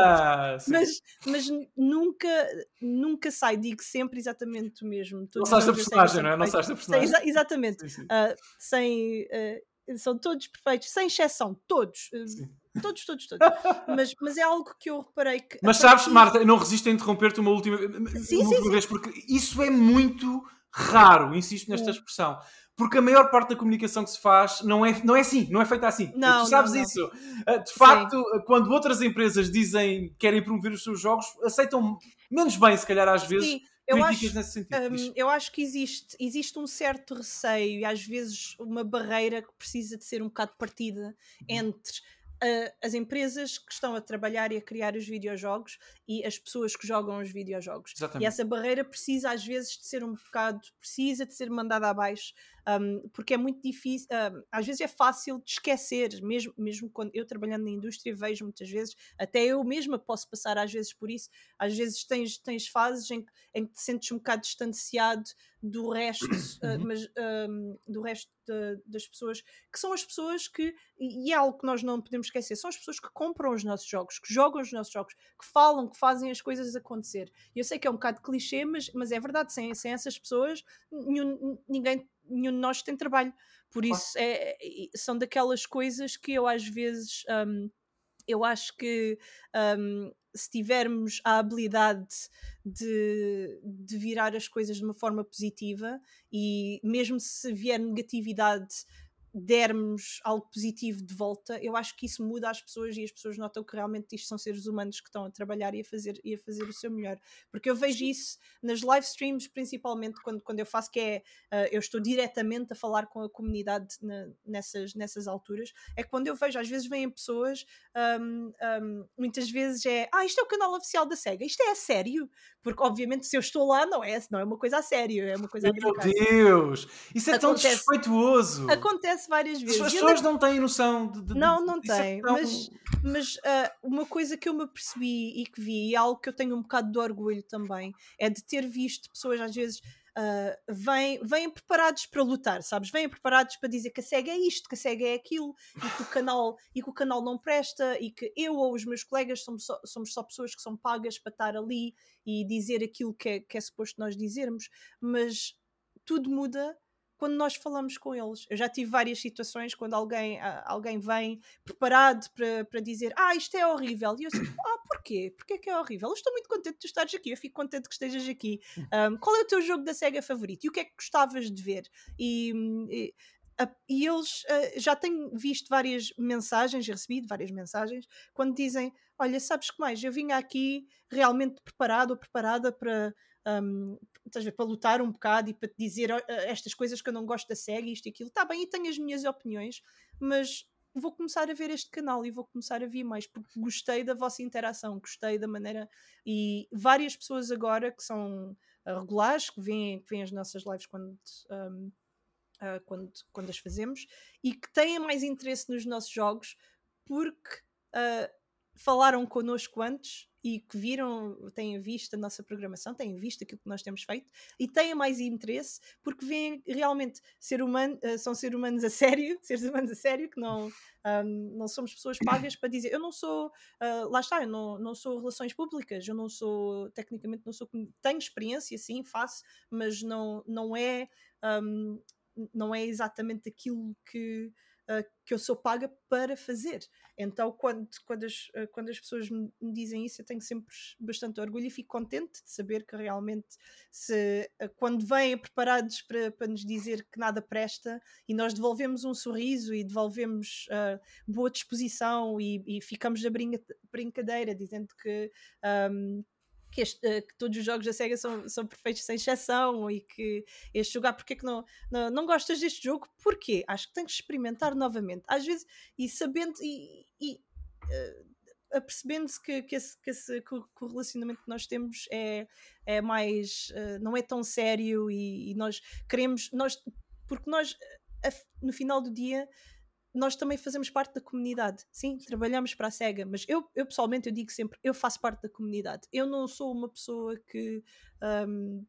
mas, mas nunca, nunca sai, digo sempre exatamente o mesmo. Todos não sais da personagem, não é? Não sais da personagem. Exa exatamente, sim, sim. Uh, sem, uh, são todos perfeitos, sem exceção, todos, uh, todos, todos, todos, mas, mas é algo que eu reparei que... Mas sabes, partir... Marta, eu não resisto a interromper-te uma última, sim, uma sim, última sim. vez, porque isso é muito raro, insisto nesta expressão, porque a maior parte da comunicação que se faz não é, não é assim, não é feita assim. Não, tu sabes não, não. isso. De facto, sim. Quando outras empresas dizem que querem promover os seus jogos, aceitam menos bem, se calhar às vezes, sim. Eu críticas acho, nesse sentido. Um, eu acho que existe, existe um certo receio e às vezes uma barreira que precisa de ser um bocado partida entre uh, as empresas que estão a trabalhar e a criar os videojogos e as pessoas que jogam os videojogos. Exatamente. E essa barreira precisa às vezes de ser um bocado, precisa de ser mandada abaixo, um, porque é muito difícil, um, às vezes é fácil de esquecer, mesmo, mesmo quando eu trabalhando na indústria vejo muitas vezes, até eu mesma posso passar às vezes por isso, às vezes tens, tens fases em, em que te sentes um bocado distanciado do resto, uh, mas, um, do resto de, das pessoas, que são as pessoas que, e é algo que nós não podemos esquecer, são as pessoas que compram os nossos jogos, que jogam os nossos jogos, que falam, que fazem as coisas acontecer. E eu sei que é um bocado clichê, mas, mas é verdade, sem, sem essas pessoas nenhum, ninguém, nenhum de nós tem trabalho. Por isso é, são daquelas coisas que eu às vezes um, eu acho que um, se tivermos a habilidade de, de virar as coisas de uma forma positiva e mesmo se vier negatividade dermos algo positivo de volta, eu acho que isso muda as pessoas e as pessoas notam que realmente isto são seres humanos que estão a trabalhar e a fazer, e a fazer o seu melhor, porque eu vejo isso nas live streams, principalmente quando, quando eu faço, que é, uh, eu estou diretamente a falar com a comunidade na, nessas, nessas alturas, é quando eu vejo, às vezes vêm pessoas, um, um, muitas vezes é, ah, isto é o canal oficial da SEGA, isto é a sério? Porque obviamente se eu estou lá não é, não é uma coisa a sério, é uma coisa a brincar. Meu Deus, isso é tão acontece, desrespeituoso. Acontece acontece várias vezes. As pessoas não têm noção de... de não, de, não têm, tão... mas, mas uh, uma coisa que eu me apercebi e que vi, e algo que eu tenho um bocado de orgulho também, é de ter visto pessoas às vezes... Uh, vêm, vêm preparados para lutar, sabes? Vêm preparados para dizer que a SEGA é isto, que a SEGA é aquilo, e que o canal, e que o canal não presta, e que eu ou os meus colegas somos só, somos só pessoas que são pagas para estar ali e dizer aquilo que é, que é suposto nós dizermos, mas tudo muda quando nós falamos com eles. Eu já tive várias situações quando alguém, alguém vem preparado para, para dizer ah, isto é horrível, e eu assim, ah, porquê? Porquê que é horrível? Eu estou muito contente de tu estares aqui, eu fico contente que estejas aqui. Um, qual é o teu jogo da SEGA favorito? E o que é que gostavas de ver? E, e, e eles, uh, já tenho visto várias mensagens, recebido várias mensagens, quando dizem, olha, sabes que mais? Eu vim aqui realmente preparado ou preparada para... Um, estás a ver, para lutar um bocado e para te dizer uh, estas coisas que eu não gosto da SEGA, isto e aquilo, está bem, e tenho as minhas opiniões, mas vou começar a ver este canal e vou começar a ver mais, porque gostei da vossa interação, gostei da maneira, e várias pessoas agora que são uh, regulares, que veem, que veem as nossas lives quando, um, uh, quando, quando as fazemos, e que têm mais interesse nos nossos jogos, porque uh, falaram connosco antes e que viram, têm visto a nossa programação, têm visto aquilo que nós temos feito e têm mais interesse porque veem realmente ser humano, uh, são seres humanos a sério, seres humanos a sério, que não, um, não somos pessoas pagas para dizer, eu não sou, uh, lá está, eu não, não sou relações públicas, eu não sou, tecnicamente não sou, tenho experiência, sim, faço, mas não, não é, um, não é exatamente aquilo que Uh, que eu sou paga para fazer. Então quando, quando, as, uh, quando as pessoas me, me dizem isso, eu tenho sempre bastante orgulho e fico contente de saber que realmente se, uh, quando vêm preparados para, para nos dizer que nada presta e nós devolvemos um sorriso e devolvemos uh, boa disposição e, e ficamos na brinca, brincadeira dizendo que um, Que, este, que todos os jogos da SEGA são, são perfeitos sem exceção e que este jogo, ah, porque é que não, não, não gostas deste jogo? Porquê? Acho que tens de experimentar novamente. Às vezes, e sabendo e, e uh, apercebendo-se que, que, esse, que, esse, que, o, que o relacionamento que nós temos é, é mais, uh, não é tão sério e, e nós queremos, nós, porque nós, a, no final do dia, nós também fazemos parte da comunidade, sim, trabalhamos para a SEGA, mas eu, eu pessoalmente eu digo sempre, eu faço parte da comunidade, eu não sou uma pessoa que um,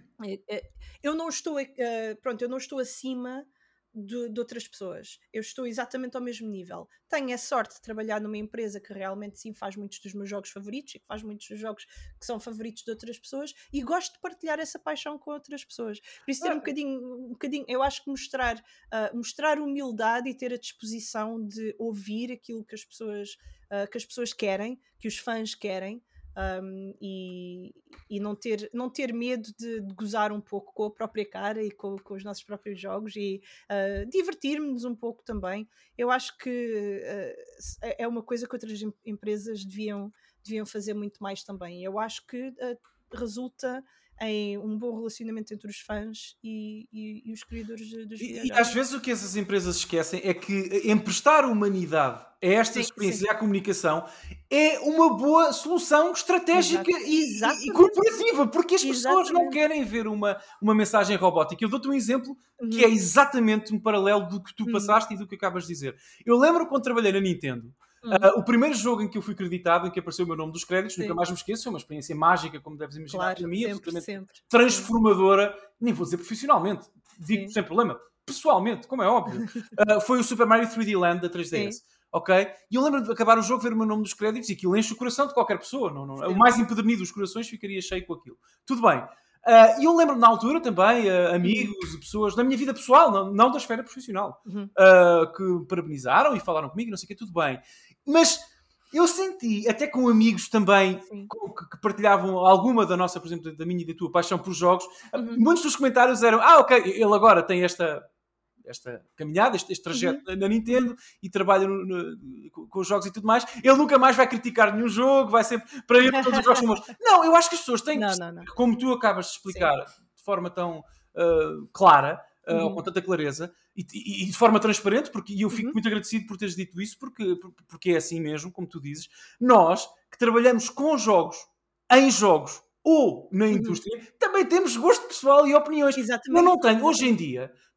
eu não estou uh, pronto, eu não estou acima de, de outras pessoas, eu estou exatamente ao mesmo nível. Tenho a sorte de trabalhar numa empresa que realmente sim faz muitos dos meus jogos favoritos e que faz muitos dos jogos que são favoritos de outras pessoas e gosto de partilhar essa paixão com outras pessoas. Por isso ter um bocadinho, um bocadinho eu acho que mostrar, uh, mostrar humildade e ter a disposição de ouvir aquilo que as pessoas, uh, que as pessoas querem, que os fãs querem. Um, e, e não, ter, não ter medo de, de gozar um pouco com a própria cara e com, com os nossos próprios jogos e uh, divertir-nos um pouco também. Eu acho que uh, é uma coisa que outras em, empresas deviam, deviam fazer muito mais também. Eu acho que uh, resulta em um bom relacionamento entre os fãs e, e, e os criadores dos videojogos. E, e às vezes o que essas empresas esquecem é que emprestar humanidade a estas experiências e à comunicação é uma boa solução estratégica e, e corporativa, porque as pessoas exatamente. Não querem ver uma, uma mensagem robótica. Eu dou-te um exemplo uhum. que é exatamente um paralelo do que tu uhum. passaste e do que acabas de dizer. Eu lembro quando trabalhei na Nintendo, Uhum. Uh, o primeiro jogo em que eu fui creditado, em que apareceu o meu nome dos créditos, Sim. nunca mais me esqueço, foi uma experiência mágica, como deves imaginar, claro, para mim, sempre, absolutamente sempre. transformadora, nem vou dizer profissionalmente, digo Sim. sem problema, pessoalmente, como é óbvio. uh, foi o Super Mario três D Land da três D S. Sim. Ok? E eu lembro de acabar o jogo, ver o meu nome dos créditos e aquilo enche o coração de qualquer pessoa. Não, não, o mais empedernido dos corações ficaria cheio com aquilo. Tudo bem. E uh, eu lembro-me na altura também, uh, amigos, uhum. pessoas da minha vida pessoal, não, não da esfera profissional, uhum. uh, que parabenizaram e falaram comigo, não sei o que, tudo bem. Mas eu senti, até com amigos também, que, que partilhavam alguma da nossa, por exemplo, da minha e da tua paixão por jogos, uhum. muitos dos comentários eram, ah, ok, ele agora tem esta... esta caminhada, este, este trajeto uhum. na Nintendo e trabalha no, no, com os jogos e tudo mais, ele nunca mais vai criticar nenhum jogo, vai sempre para ele todos os jogos são bons. Não, eu acho que as pessoas têm não, que, não, não. como tu acabas de explicar Sim. de forma tão uh, clara, uh, uhum. ou com tanta clareza e, e, e de forma transparente, porque e eu fico uhum. muito agradecido por teres dito isso, porque, porque é assim mesmo, como tu dizes, nós que trabalhamos com jogos, em jogos ou na indústria, uhum. também temos gosto pessoal e opiniões. Exatamente. Eu não tenho, Exatamente. hoje em dia,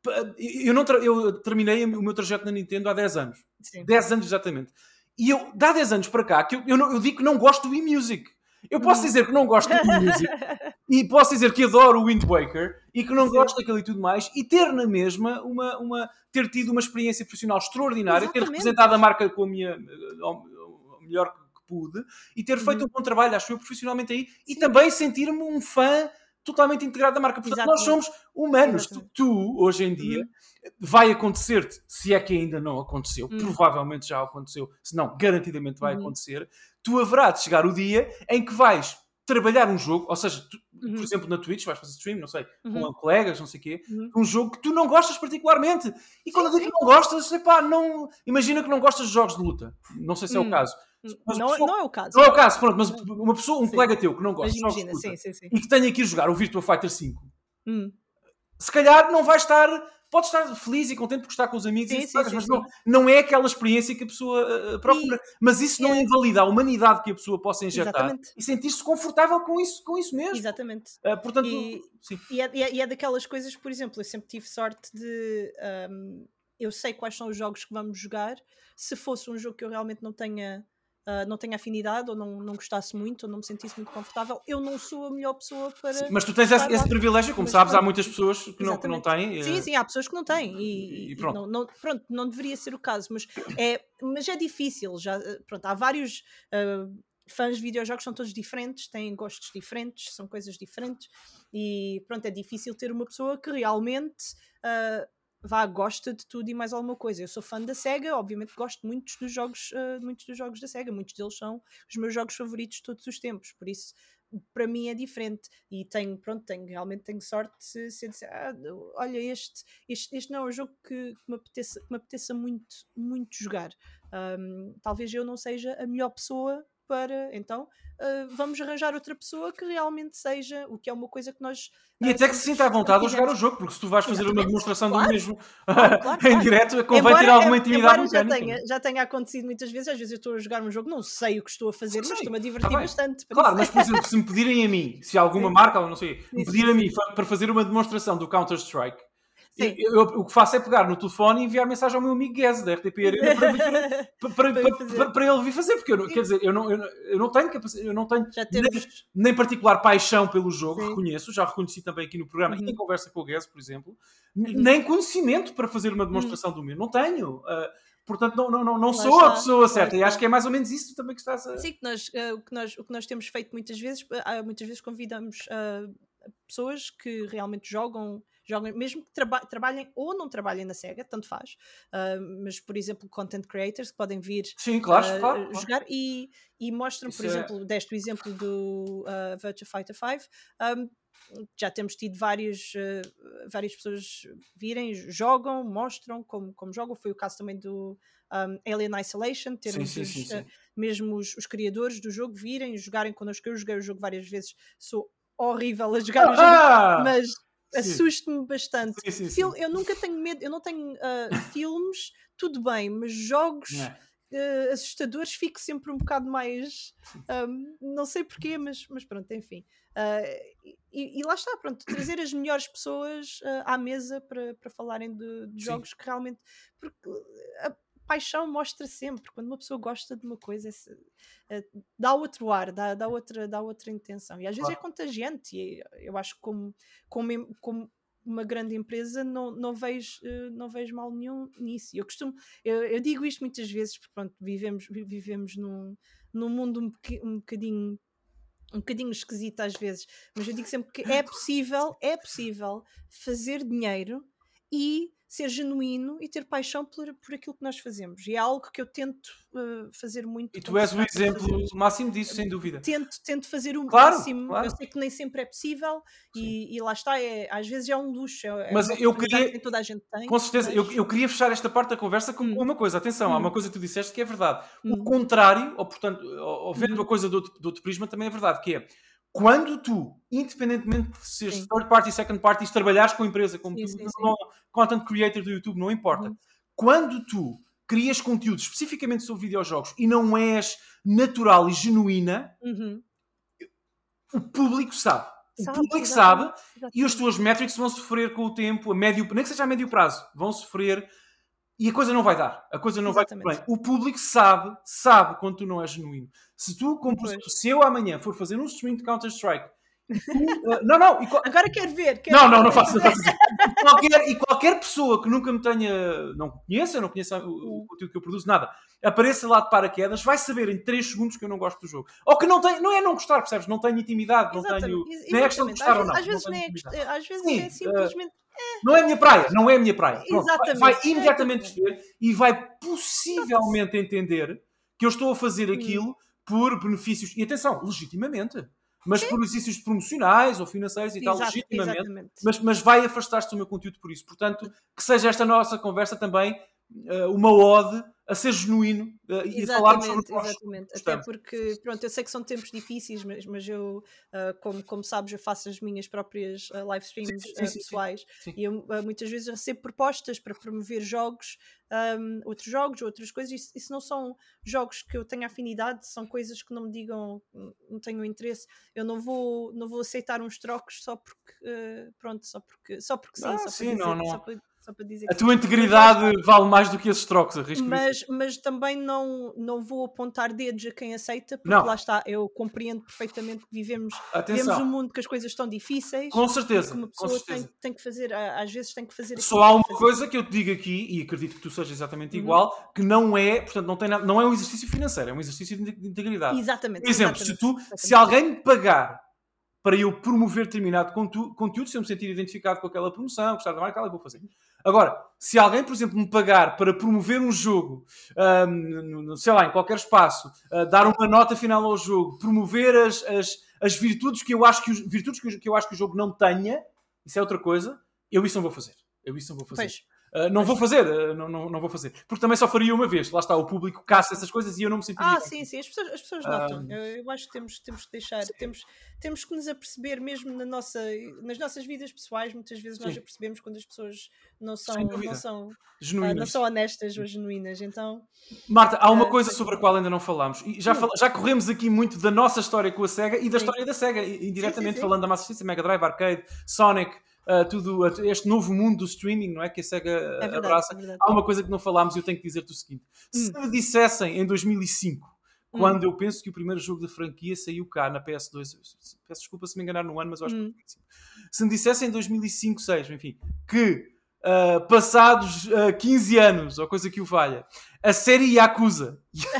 Eu, não tra... eu terminei o meu trajeto na Nintendo há dez anos. Sim. dez anos exatamente. E eu, dá dez anos para cá, que eu, eu, não, eu digo que não gosto do Wii Music. Eu posso hum. dizer que não gosto do Wii Music e posso dizer que adoro o Wind Waker e que não Sim. gosto daquilo e tudo mais, e ter na mesma uma, uma, ter tido uma experiência profissional extraordinária, Exatamente. ter representado a marca com a minha a melhor que pude e ter feito uhum. um bom trabalho, acho eu, profissionalmente aí, Sim. e também sentir-me um fã totalmente integrado da marca. Portanto, Exatamente. nós somos humanos. Tu, tu, hoje em dia, uhum. vai acontecer-te, se é que ainda não aconteceu, uhum. provavelmente já aconteceu, se não, garantidamente vai uhum. acontecer, tu haverá de chegar o dia em que vais trabalhar um jogo, ou seja, tu, uhum. por exemplo, na Twitch, vais fazer stream, não sei, uhum. com colegas, não sei o quê, uhum. um jogo que tu não gostas particularmente. E quando sim, eu digo que não gostas, epá, não... imagina que não gostas de jogos de luta. Não sei se é uhum. o caso. Mas não, pessoa... não é o caso. Não é o caso, pronto, mas uma pessoa, um sim. colega teu que não gosta mas de jogos de luta sim, sim, sim. e que tenha que ir jogar o Virtua Fighter cinco, hum. se calhar não vai estar... Pode estar feliz e contente porque está com os amigos, sim, e sim, sim, mas sim. Não, não é aquela experiência que a pessoa uh, procura. E, mas isso não é... invalida a humanidade que a pessoa possa injetar Exatamente. E sentir-se confortável com isso, com isso mesmo. Exatamente. Uh, portanto, e, sim. E, é, e, é, e é daquelas coisas, por exemplo, eu sempre tive sorte de... Um, eu sei quais são os jogos que vamos jogar. Se fosse um jogo que eu realmente não tenha... Uh, não tenho afinidade ou não, não gostasse muito ou não me sentisse muito confortável, eu não sou a melhor pessoa para... Sim, mas tu tens esse, esse privilégio, como mas, sabes, pronto, há muitas pessoas que não, que não têm. Sim, sim, há pessoas que não têm e, e pronto. E não, não, pronto, não deveria ser o caso, mas é, mas é difícil, já, pronto, há vários uh, fãs de videojogos, são todos diferentes, têm gostos diferentes, são coisas diferentes e pronto, é difícil ter uma pessoa que realmente... Uh, vá, gosta de tudo e mais alguma coisa. Eu sou fã da SEGA, obviamente gosto muito dos jogos, uh, muitos dos jogos da SEGA, muitos deles são os meus jogos favoritos de todos os tempos, por isso para mim é diferente e tenho, pronto, tenho, realmente tenho sorte se, se dizer, ah, olha, este, este, este não é um jogo que, que, me, apeteça, que me apeteça muito, muito jogar. Um, talvez eu não seja a melhor pessoa para, então uh, vamos arranjar outra pessoa que realmente seja, o que é uma coisa que nós e até que se sinta à vontade a jogar o jogo, porque se tu vais fazer Exatamente. Uma demonstração claro. do mesmo claro, claro, em claro. direto, convém ter alguma intimidade embora já tenha, já tenha acontecido muitas vezes, às vezes eu estou a jogar um jogo, não sei o que estou a fazer, sim, mas estou-me a divertir tá bastante. Claro, mas por exemplo, se me pedirem a mim, se alguma sim. marca, ou não sei, sim, me pedirem a mim para fazer uma demonstração do Counter-Strike, eu, eu, o que faço é pegar no telefone e enviar mensagem ao meu amigo Guez da R T P Arena para, para, para, para, para ele vir fazer, porque eu, quer dizer, eu não, eu, eu não tenho capacidade, eu não tenho temos... nem, nem particular paixão pelo jogo, Sim. reconheço, já reconheci também aqui no programa, uhum. em conversa com o Guez, por exemplo, uhum. nem conhecimento para fazer uma demonstração uhum. do meu, não tenho. Uh, portanto, não, não, não, não sou está, a pessoa certa, está. E acho que é mais ou menos isso também que estás a... Sim, que nós, uh, o, que nós, o que nós temos feito muitas vezes, uh, muitas vezes convidamos uh, pessoas que realmente jogam jogam, mesmo que traba- trabalhem ou não trabalhem na SEGA, tanto faz, uh, mas por exemplo content creators que podem vir Sim, claro, uh, claro, jogar claro. E, e mostram, Isso por é... exemplo, deste o exemplo do uh, Virtua Fighter cinco, um, já temos tido vários, uh, várias pessoas virem, jogam, mostram como, como jogam, foi o caso também do um, Alien Isolation, termos sim, sim, os, sim, sim. Uh, mesmo os, os criadores do jogo virem, jogarem connosco. Eu joguei o jogo várias vezes, sou horrível a jogar o jogo, ah! mas assusto-me bastante. Sim, sim, Fil- sim. Eu nunca tenho medo, eu não tenho uh, filmes, tudo bem, mas jogos uh, assustadores fico sempre um bocado mais, um, não sei porquê, mas, mas pronto, enfim. Uh, e, e lá está, pronto, trazer as melhores pessoas uh, à mesa para, para falarem de, de jogos sim. que realmente, porque a paixão mostra sempre, quando uma pessoa gosta de uma coisa, é, dá outro ar, dá, dá, outra, dá outra intenção, e às vezes claro. É contagiante, e eu acho que como, como, como uma grande empresa não, não, vejo, não vejo mal nenhum nisso. Eu costumo, eu, eu digo isto muitas vezes, porque pronto, vivemos, vivemos num, num mundo um, boc, um bocadinho um bocadinho esquisito às vezes, mas eu digo sempre que é possível, é possível fazer dinheiro e ser genuíno e ter paixão por, por aquilo que nós fazemos. E é algo que eu tento uh, fazer muito. E tu és o exemplo máximo disso, sem dúvida. Tento, tento fazer o claro, máximo. Claro. Eu sei que nem sempre é possível e, e lá está, é, às vezes é um luxo. É, mas é eu queria, que toda a gente tem, com certeza, mas... eu, eu queria fechar esta parte da conversa com hum. uma coisa. Atenção, hum. há uma coisa que tu disseste que é verdade. Hum. O contrário, ou portanto, ou, ou vendo hum. a coisa do outro, do outro prisma, também é verdade, que é quando tu, independentemente de seres sim. third party, second party, trabalhares com a empresa, como sim, tu, sim, não, sim. content creator do YouTube, não importa. Uhum. Quando tu crias conteúdo especificamente sobre videojogos e não és natural e genuína, uhum. o público sabe. O Sabe, público exatamente, sabe exatamente. e as tuas métricas vão sofrer com o tempo, a médio, nem que seja a médio prazo, vão sofrer e a coisa não vai dar. A coisa não Exatamente. vai bem. O público sabe, sabe quando tu não és genuíno. Se tu, como, se eu amanhã for fazer um stream de Counter-Strike Tu, uh, não, não. E qual... Agora quero ver. Quero não, ver. não, não faço. Não faço. E, qualquer, e qualquer pessoa que nunca me tenha. Não conheça, não conheça o, o conteúdo que eu produzo, nada. Apareça lá de paraquedas, vai saber em três segundos que eu não gosto do jogo. Ou que não tem. Não é não gostar, percebes? Não tenho intimidade, não tenho. Nem é questão de gostar ou não. Às vezes, não nem é, às vezes Sim, é simplesmente. Uh, não é a minha praia, não é a minha praia. Pronto, exatamente. Vai, vai imediatamente perceber e vai possivelmente entender que eu estou a fazer aquilo hum. por benefícios. E atenção, legitimamente. Mas Sim. por exercícios promocionais ou financeiros e Exato, tal, legitimamente. Mas, mas vai afastar-te do meu conteúdo por isso. Portanto, que seja esta nossa conversa também uh, uma ode a ser genuíno uh, e a falarmos sobre nós. Exatamente, até porque, pronto, eu sei que são tempos difíceis, mas, mas eu, uh, como, como sabes, eu faço as minhas próprias uh, live streams sim, sim, uh, pessoais sim, sim. e eu uh, muitas vezes recebo propostas para promover jogos, um, outros jogos, outras coisas, e isso, isso não são jogos que eu tenho afinidade, são coisas que não me digam, não tenho interesse, eu não vou, não vou aceitar uns trocos só porque, uh, pronto, só porque, só porque sim, ah, só sim, para dizer, não, não. Só para, Só para dizer a tua integridade vale mais do que esses trocos, arrisco mas, mas também não, não vou apontar dedos a quem aceita, porque não. lá está, eu compreendo perfeitamente que vivemos, vivemos um mundo que as coisas estão difíceis. Com certeza, e que uma pessoa com certeza. Tem, tem que fazer, às vezes tem que fazer só há uma coisa que eu te digo aqui, e acredito que tu sejas exatamente uhum. igual, que não é, portanto, não, tem nada, não é um exercício financeiro, é um exercício de integridade. Exatamente. Por exemplo, exatamente, se, tu, exatamente. se alguém me pagar para eu promover determinado conteúdo, conteúdo, se eu me sentir identificado com aquela promoção, gostar da marca, eu vou fazer. Agora, se alguém, por exemplo, me pagar para promover um jogo, um, sei lá, em qualquer espaço, uh, dar uma nota final ao jogo, promover as, as, as virtudes, que eu acho que, os, virtudes que, eu, que eu acho que o jogo não tenha, isso é outra coisa, eu isso não vou fazer. Eu isso não vou fazer. Pois. Uh, não vou fazer, uh, não, não, não vou fazer. Porque também só faria uma vez. Lá está, o público caça essas coisas e eu não me sentiria. Ah, sim, sim, as pessoas, as pessoas notam. Um, eu, eu acho que temos, temos que deixar, temos, temos que nos aperceber mesmo na nossa, nas nossas vidas pessoais, muitas vezes sim. nós apercebemos quando as pessoas não são, não são, uh, não são honestas ou genuínas. Então, Marta, há uma uh, coisa sobre a qual ainda não falámos. E já, fal- já corremos aqui muito da nossa história com a SEGA e da sim. história da SEGA, indiretamente sim, sim, sim. falando da Master System, Mega Drive, Arcade, Sonic. Uh, tudo, uh, este novo mundo do streaming, não é? Que a SEGA uh, é verdade, abraça. É há uma coisa que não falámos e eu tenho que dizer-te o seguinte. Hum. Se me dissessem em dois mil e cinco, hum. quando eu penso que o primeiro jogo da franquia saiu cá na P S dois, peço desculpa se me enganar no ano, mas eu acho hum. que é se me dissessem em dois mil e cinco, dois mil e seis, enfim, que uh, passados uh, quinze anos, ou coisa que o valha, a série Yakuza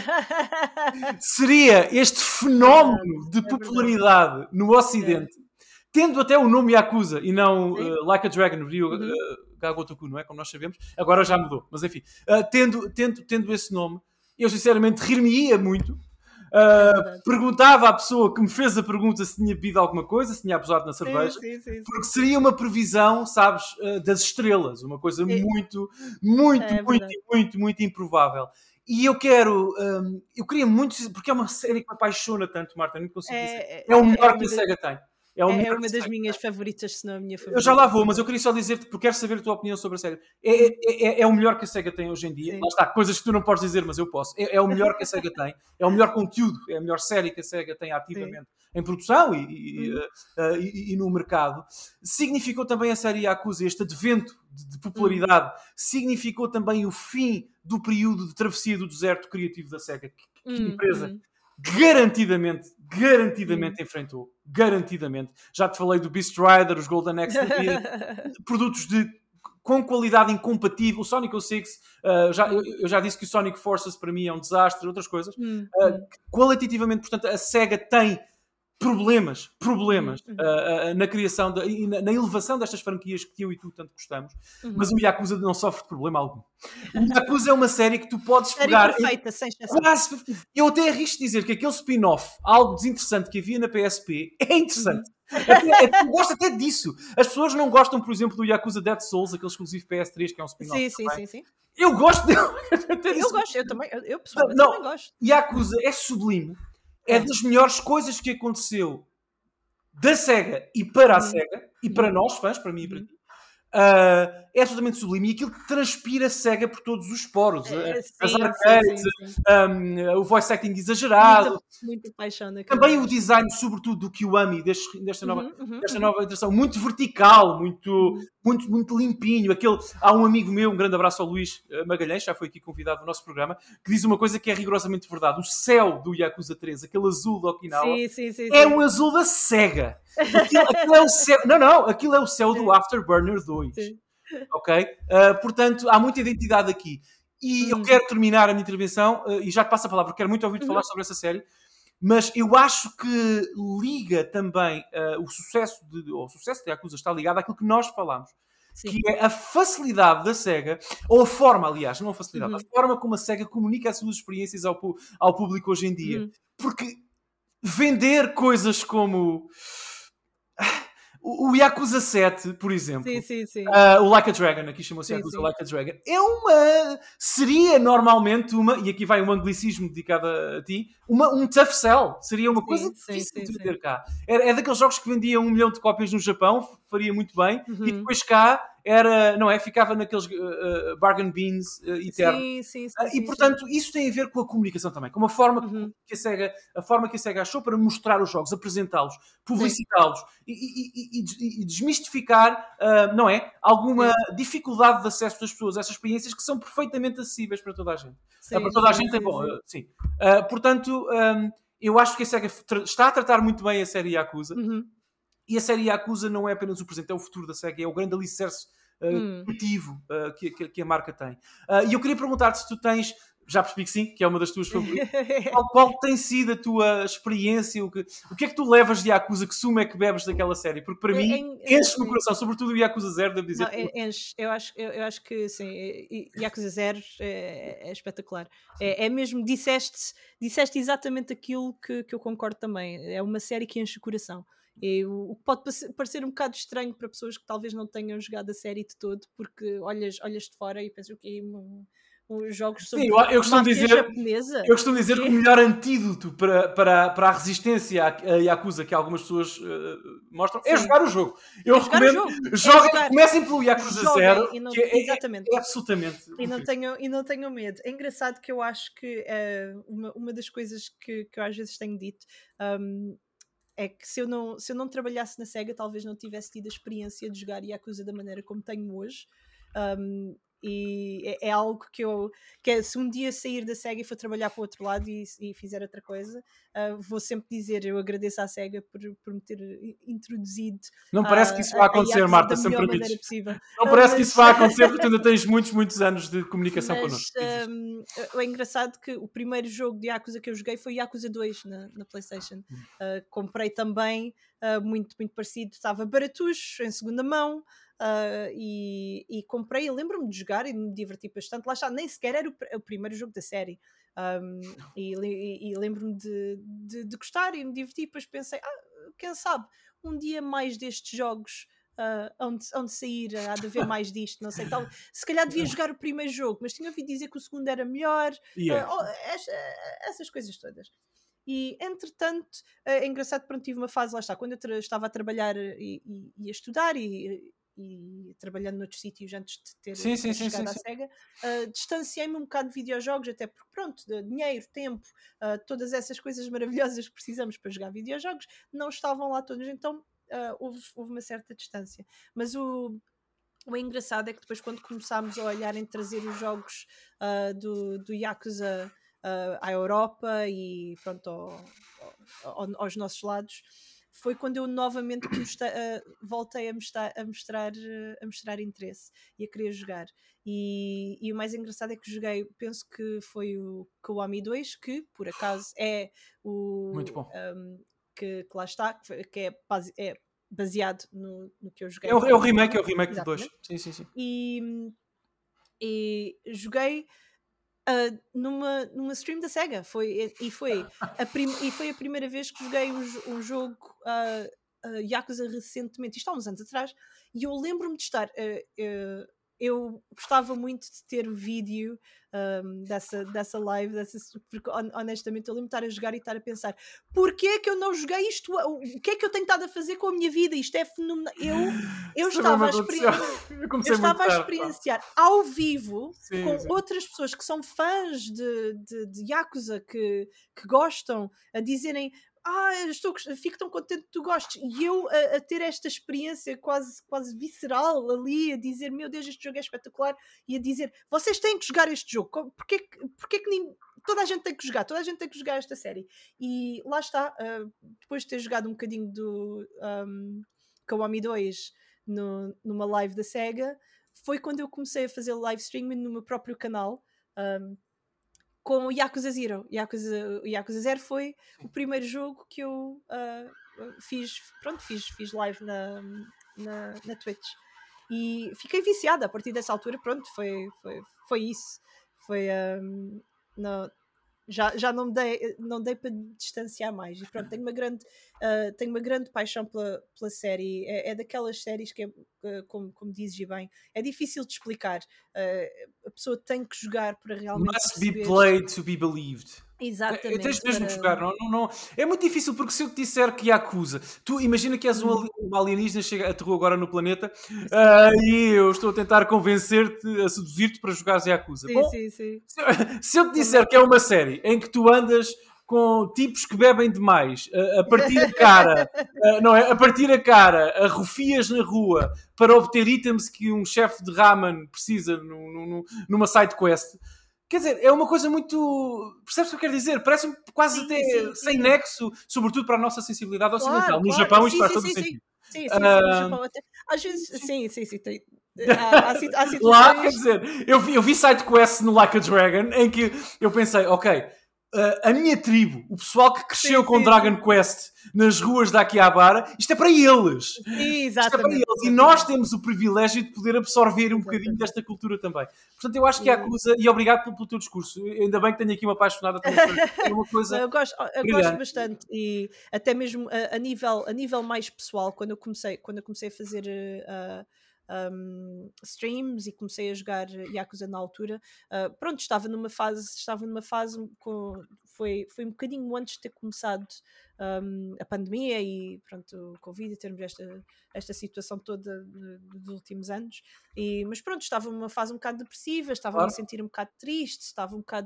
seria este fenómeno de popularidade no Ocidente, é. tendo até o nome Yakuza e não uh, Like a Dragon, Ryu uhum. uh, Gagotoku, não é? Como nós sabemos. Agora já mudou, mas enfim. Uh, tendo, tendo, tendo esse nome, eu sinceramente rir-me-ia muito. Uh, é perguntava à pessoa que me fez a pergunta se tinha bebido alguma coisa, se tinha abusado na cerveja. Sim, sim, sim, porque seria uma previsão, sabes, uh, das estrelas. Uma coisa é. muito, muito, é muito, muito, muito improvável. E eu quero... Um, eu queria muito... Porque é uma série que me apaixona tanto, Marta. Não consigo dizer. É, é o melhor é que a SEGA tem. É, é, é uma das minhas favoritas, se não a minha favorita. Eu já lá vou, mas eu queria só dizer-te, porque quero saber a tua opinião sobre a SEGA. É, é, é, é o melhor que a SEGA tem hoje em dia. Sim. Lá está, coisas que tu não podes dizer, mas eu posso. É, é o melhor que a SEGA tem. É o melhor conteúdo, é a melhor série que a SEGA tem ativamente Sim. em produção e, e, uh, uh, e, e no mercado. Significou também a série Yakuza, este advento de, de popularidade. Hum. Significou também o fim do período de travessia do deserto criativo da SEGA. Que, que hum, empresa... Hum. garantidamente, garantidamente hum. enfrentou. Garantidamente. Já te falei do Beast Rider, os Golden Axe, produtos de, com qualidade incompatível. O Sonic oh six, uh, já, eu, eu já disse que o Sonic Forces para mim é um desastre, outras coisas. Hum. Uh, qualitativamente, portanto, a SEGA tem problemas, problemas uhum. uh, uh, na criação de, e na, na elevação destas franquias que eu e tu tanto gostamos, uhum. mas o Yakuza não sofre de problema algum. O Yakuza é uma série que tu podes série pegar... perfeita, em, sem quase, eu até arrisco dizer que aquele spin-off, algo desinteressante que havia na P S P, é interessante. Uhum. Até, até, eu gosto até disso. As pessoas não gostam, por exemplo, do Yakuza Dead Souls, aquele exclusivo P S três, que é um spin-off. Sim, sim, sim, sim. Eu gosto dele. Eu gosto, eu também, eu pessoalmente não, também gosto. Yakuza é sublime. É das melhores coisas que aconteceu da SEGA e para a uhum. SEGA, e para nós, fãs, para mim e para ti, Uh, é absolutamente sublime e aquilo que transpira SEGA por todos os poros. É, sim, as arcades, sim, sim, sim. Um, o voice acting exagerado. Muita, muita paixão naquele Também gajo. o design, sobretudo, do Kiwami, deste, desta, nova, Uhum, uhum, desta uhum. nova interação, muito vertical, muito, Uhum. muito, muito limpinho. Aquele, há um amigo meu, um grande abraço ao Luís Magalhães, já foi aqui convidado no nosso programa, que diz uma coisa que é rigorosamente verdade. O céu do Yakuza três, aquele azul do Okinawa, Sim, sim, sim, é sim. o azul da SEGA. Aquilo, aquilo é o céu, não, não, aquilo é o céu do Afterburner dois. Sim. Ok? Uh, portanto, há muita identidade aqui. E uhum. eu quero terminar a minha intervenção, uh, e já te passo a palavra, porque quero muito ouvir-te uhum. falar sobre essa série, mas eu acho que liga também uh, o sucesso de, ou o sucesso de Yakuza está ligado àquilo que nós falamos. Sim. Que é a facilidade da SEGA, ou a forma, aliás, não a facilidade, uhum. a forma como a SEGA comunica as suas experiências ao, ao público hoje em dia. Uhum. Porque vender coisas como o Yakuza sete, por exemplo, sim, sim, sim. Uh, o Like a Dragon, aqui chamou-se Yakuza Like a Dragon, é uma, seria normalmente uma, e aqui vai um anglicismo dedicado a, a ti, uma, um tough sell, seria uma sim, coisa difícil sim, de vender sim. cá. É, é daqueles jogos que vendiam um milhão de cópias no Japão, faria muito bem, uhum. e depois cá era, não é, ficava naqueles uh, uh, bargain bins uh, eternos. Sim, sim, sim, uh, e sim, portanto sim. isso tem a ver com a comunicação também, com a forma uhum. que a SEGA, a forma que a SEGA achou para mostrar os jogos, apresentá-los, publicitá-los e, e, e, e desmistificar, uh, não é, alguma sim. dificuldade de acesso das pessoas a essas experiências que são perfeitamente acessíveis para toda a gente. Sim, uh, para toda sim, a gente sim, é bom, sim. Uh, sim. Uh, portanto, um, eu acho que a SEGA está a tratar muito bem a série Yakuza. Uhum. E a série Yakuza não é apenas o presente, é o futuro da SEGA, é o grande alicerce criativo uh, uh, que, que, que a marca tem. Uh, e eu queria perguntar-te se tu tens, já percebi que sim, que é uma das tuas favoritas, qual, qual tem sido a tua experiência, o que, o que é que tu levas de Yakuza, que sumo é que bebes daquela série? Porque para é, mim, é, enche-me o coração, sobretudo o Yakuza Zero, devo dizer. Não, é, enche, eu acho, eu, eu acho que sim, Yakuza Zero é, é espetacular. É, é mesmo, disseste, disseste exatamente aquilo que, que eu concordo também. É uma série que enche o coração. E o que pode parecer um bocado estranho para pessoas que talvez não tenham jogado a série de todo, porque olhas, olhas de fora e pensas o que os jogos sobre Sim, eu, eu costumo dizer, japonesa. eu costumo dizer que o melhor antídoto para, para, para a resistência a Yakuza que algumas pessoas uh, mostram Sim. é jogar o jogo. Eu é recomendo, joguem, é comecem pelo Yakuza joguem, Zero, não, que é, exatamente. É, é absolutamente e não, tenho, e não tenho medo. É engraçado que eu acho que uh, uma, uma das coisas que, que eu às vezes tenho dito um, é que se eu, não, se eu não trabalhasse na SEGA talvez não tivesse tido a experiência de jogar Yakuza da maneira como tenho hoje. Um, e é, é algo que eu que é, se um dia sair da SEGA e for trabalhar para o outro lado e, e fizer outra coisa, uh, vou sempre dizer, eu agradeço à SEGA por, por me ter introduzido. Não parece que isso vai acontecer, Marta, sempre permites. Não parece mas... que isso vai acontecer porque tu ainda tens muitos, muitos anos de comunicação mas, connosco. Um, é engraçado que o primeiro jogo de Yakuza que eu joguei foi Yakuza dois na, na PlayStation. Uh, comprei também, uh, muito, muito parecido, estava baratucho, em segunda mão. Uh, e, e comprei, eu lembro-me de jogar e me diverti bastante. Lá está, nem sequer era o, o primeiro jogo da série. Um, e, e, e lembro-me de, de, de gostar e me diverti. Depois pensei, ah, quem sabe, um dia mais destes jogos uh, onde, onde sair, há de haver mais disto, não sei, tal. Se calhar devia jogar o primeiro jogo, mas tinha ouvido dizer que o segundo era melhor. Yeah. Uh, oh, essa, essas coisas todas. E entretanto, é engraçado, pronto, tive uma fase, lá está, quando eu tra- estava a trabalhar e, e, e a estudar e e trabalhando noutros sítios antes de ter, sim, sim, ter sim, chegado sim, à SEGA, uh, distanciei-me um bocado de videojogos, até porque pronto, de dinheiro, tempo, uh, todas essas coisas maravilhosas que precisamos para jogar videojogos não estavam lá todos, então uh, houve, houve uma certa distância. Mas o, o engraçado é que depois quando começámos a olhar em trazer os jogos uh, do, do Yakuza uh, à Europa e pronto, ao, ao, aos nossos lados, foi quando eu novamente mosta, uh, voltei a mostrar, a, mostrar, uh, a mostrar interesse e a querer jogar. E, e o mais engraçado é que joguei, penso que foi o Kiwami dois, que por acaso é o Muito bom. Um, que, que lá está, que é, base, é baseado no, no que eu joguei. É o, é o remake, é o remake do dois. Sim, sim, sim. E, e joguei Uh, numa, numa stream da SEGA foi, e, foi a prim, e foi a primeira vez que joguei um, um jogo uh, uh, Yakuza recentemente, isto há uns anos atrás, e eu lembro-me de estar uh, uh, eu gostava muito de ter o vídeo um, dessa, dessa live, dessa, porque honestamente eu lembro de estar a jogar e estar a pensar porquê é que eu não joguei isto? O que é que eu tenho estado a fazer com a minha vida? Isto é fenomenal. Eu, eu estava, a, experi eu eu estava a experienciar tarde, ao vivo sim, com sim. outras pessoas que são fãs de, de, de Yakuza, que, que gostam, a dizerem ah, estou, fico tão contente que tu gostes. E eu a, a ter esta experiência quase, quase visceral ali, a dizer, meu Deus, este jogo é espetacular, e a dizer, vocês têm que jogar este jogo. Porquê, porquê que nem, toda a gente tem que jogar? Toda a gente tem que jogar esta série. E lá está, uh, depois de ter jogado um bocadinho do um, Kiwami dois no, numa live da SEGA, foi quando eu comecei a fazer live streaming no meu próprio canal, um, com o Yakuza Zero. Yakuza, o Yakuza Zero foi o primeiro jogo que eu uh, fiz, pronto, fiz, fiz live na, na, na Twitch. E fiquei viciada a partir dessa altura, pronto, foi, foi, foi isso. Foi, um, no, já, já não me dei, não dei para distanciar mais. E pronto, tenho uma grande, uh, tenho uma grande paixão pela, pela série. É, é daquelas séries que, é, uh, como, como dizes bem, é difícil de explicar. Uh, a pessoa tem que jogar para realmente Must perceber. Be played to be believed. Exatamente. Tens mesmo para... de jogar, não, não, não. É muito difícil porque se eu te disser que Yakuza, tu imagina que és um, um alienígena, chega, aterrou agora no planeta uh, e eu estou a tentar convencer-te, a seduzir-te para jogares Yakuza. Sim, Bom, sim, sim. Se, se eu te disser que é uma série em que tu andas com tipos que bebem demais, a, a partir a cara, a, não é? A partir a cara, a rufias na rua para obter itens que um chefe de ramen precisa no, no, numa side quest. Quer dizer, é uma coisa muito... Percebes o que eu quero dizer? Parece-me quase sim, até sim, sem sim. nexo, sobretudo para a nossa sensibilidade ocidental. Claro, no claro. Japão isto sim, faz sim, todo o sim, sentido. Sim, sim, sim, uh... no Japão até... Às vezes, sim, sim, sim. Tem... Há, há, há situações... Lá, quer dizer, eu vi, eu vi side quests no Like a Dragon em que eu pensei, ok... Uh, a minha tribo, o pessoal que cresceu sim, com sim, Dragon sim. Quest nas ruas da Akihabara, isto é para eles. Sim, isto é para eles. Exatamente. E nós temos o privilégio de poder absorver um exatamente. bocadinho desta cultura também. Portanto, eu acho que a Yakuza, e obrigado pelo, pelo teu discurso, ainda bem que tenho aqui uma apaixonada também por uma coisa. Não, eu gosto, eu gosto bastante, e até mesmo a, a, nível, a nível mais pessoal, quando eu comecei, quando eu comecei a fazer uh, um, streams e comecei a jogar Yakuza na altura, uh, pronto, estava numa fase, estava numa fase com, foi, foi um bocadinho antes de ter começado um, a pandemia e pronto, o Covid e termos esta, esta situação toda dos últimos anos, e, mas pronto, estava numa fase um bocado depressiva, estava claro. a me sentir um bocado triste, estava um bocado,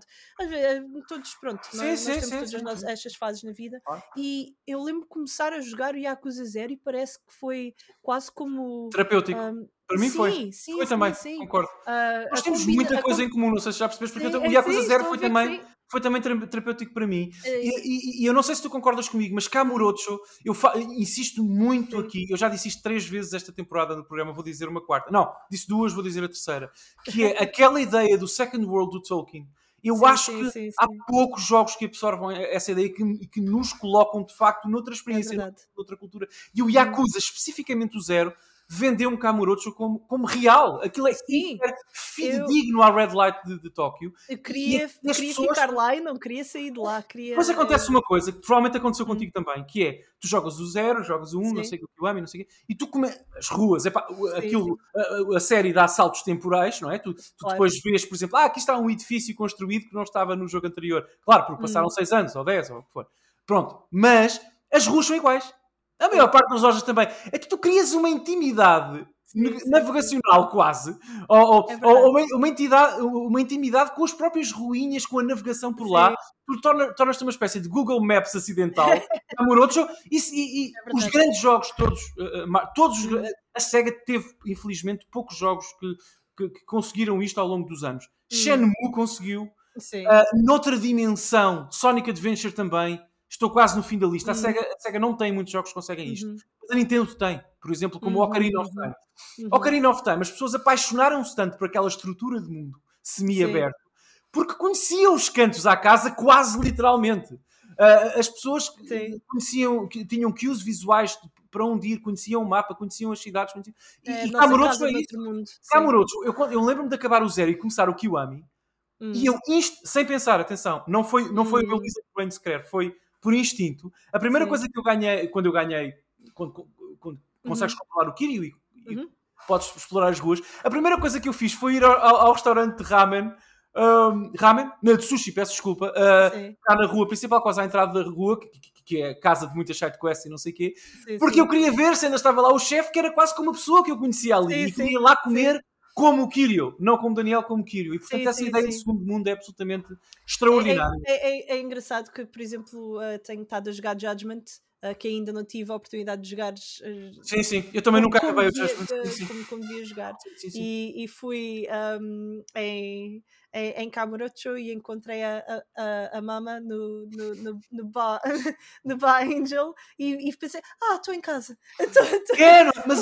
todos, pronto, sim, nós, sim, nós temos sim, todas sim, as nossas, sim. estas fases na vida, claro. E eu lembro de começar a jogar o Yakuza Zero e parece que foi quase como... terapêutico. Um, Para mim sim, foi. Sim, foi sim, também, sim. concordo. Uh, Nós temos combina, muita coisa com... em comum, não sei se já percebes, porque sim, eu, o Yakuza sim, Zero foi também, foi também terapêutico para mim. Uh, e, e, e eu não sei se tu concordas comigo, mas Kamurocho, eu fa... insisto muito sim. aqui, eu já disse isto três vezes esta temporada no programa, vou dizer uma quarta. Não, disse duas, vou dizer a terceira. Que é aquela ideia do Second World do Tolkien. Eu sim, acho sim, que sim, sim. há poucos jogos que absorvam essa ideia e que, que nos colocam, de facto, noutra experiência, é noutra cultura. E o Yakuza, hum. especificamente o Zero, vendeu-me Kamurocho como, como real. Aquilo é hiper fidedigno eu... à Red Light de, de Tóquio. Eu queria, e, e queria pessoas... ficar lá e não queria sair de lá. Queria... Depois acontece uma coisa que provavelmente aconteceu hum. contigo também, que é, tu jogas o Zero, jogas o um, sim. não sei o que eu amo, não sei o quê, e tu começas as ruas, epá, sim, aquilo, sim. A, a série dá saltos temporais, não é? Tu, tu claro. depois vês, por exemplo, ah, aqui está um edifício construído que não estava no jogo anterior. Claro, porque passaram hum. seis anos, ou dez, ou o que for. Pronto. Mas as ruas são iguais. A maior parte das lojas também. É que tu crias uma intimidade sim, sim, navegacional sim. quase, ou, ou, é ou uma, uma, entidade, uma intimidade com as próprias ruínas, com a navegação por sim. lá, tu torna, tornas-te uma espécie de Google Maps acidental, Kamurocho, e, e, e é os grandes jogos todos, uh, todos hum. a SEGA teve, infelizmente, poucos jogos que, que, que conseguiram isto ao longo dos anos. Hum. Shenmue conseguiu, uh, noutra dimensão, Sonic Adventure também. Estou quase no fim da lista. Uhum. A, SEGA, a SEGA não tem muitos jogos que conseguem isto. Uhum. Mas a Nintendo tem. Por exemplo, como uhum. o Ocarina of Time. Uhum. Ocarina of Time, as pessoas apaixonaram-se tanto por aquela estrutura de mundo semi-aberto porque conheciam os cantos à casa quase literalmente. Uh, as pessoas Sim. conheciam, que tinham cues visuais para onde ir, conheciam o mapa, conheciam as cidades. Conheciam... É, e Kamurocho é isso. Kamurocho, eu, eu lembro-me de acabar o Zero e começar o Kiwami hum. e eu, inst... sem pensar, atenção, não foi, não foi hum. o meu Lisa Brain sequer, foi por instinto. A primeira Sim. coisa que eu ganhei, quando eu ganhei, quando, quando uhum. consegues controlar o Kiryu, e, uhum. podes explorar as ruas. A primeira coisa que eu fiz foi ir ao, ao restaurante de ramen, um, ramen? Não, de sushi, peço desculpa, uh, cá na rua principal, quase à entrada da rua, que, que, que é a casa de muitas sidequests e não sei o quê, sim, porque sim. eu queria ver se ainda estava lá o chefe, que era quase como uma pessoa que eu conhecia ali, sim, e queria sim, lá comer sim. como o Kiryu, não como Daniel, como Kiryu. E portanto sim, essa sim, ideia sim. do segundo mundo é absolutamente extraordinária. É, é, é, é engraçado que, por exemplo, uh, tenho estado a jogar Judgment, uh, que ainda não tive a oportunidade de jogar. Uh, sim, sim, eu também como, nunca como acabei o Judgment. Uh, como, como devia jogar. Sim, sim. E, e fui um, em, em, em Kamurocho e encontrei a, a, a mama no, no, no, no, bar, no bar Angel e, e pensei, ah, estou em casa. Tô, tô, Quero, mas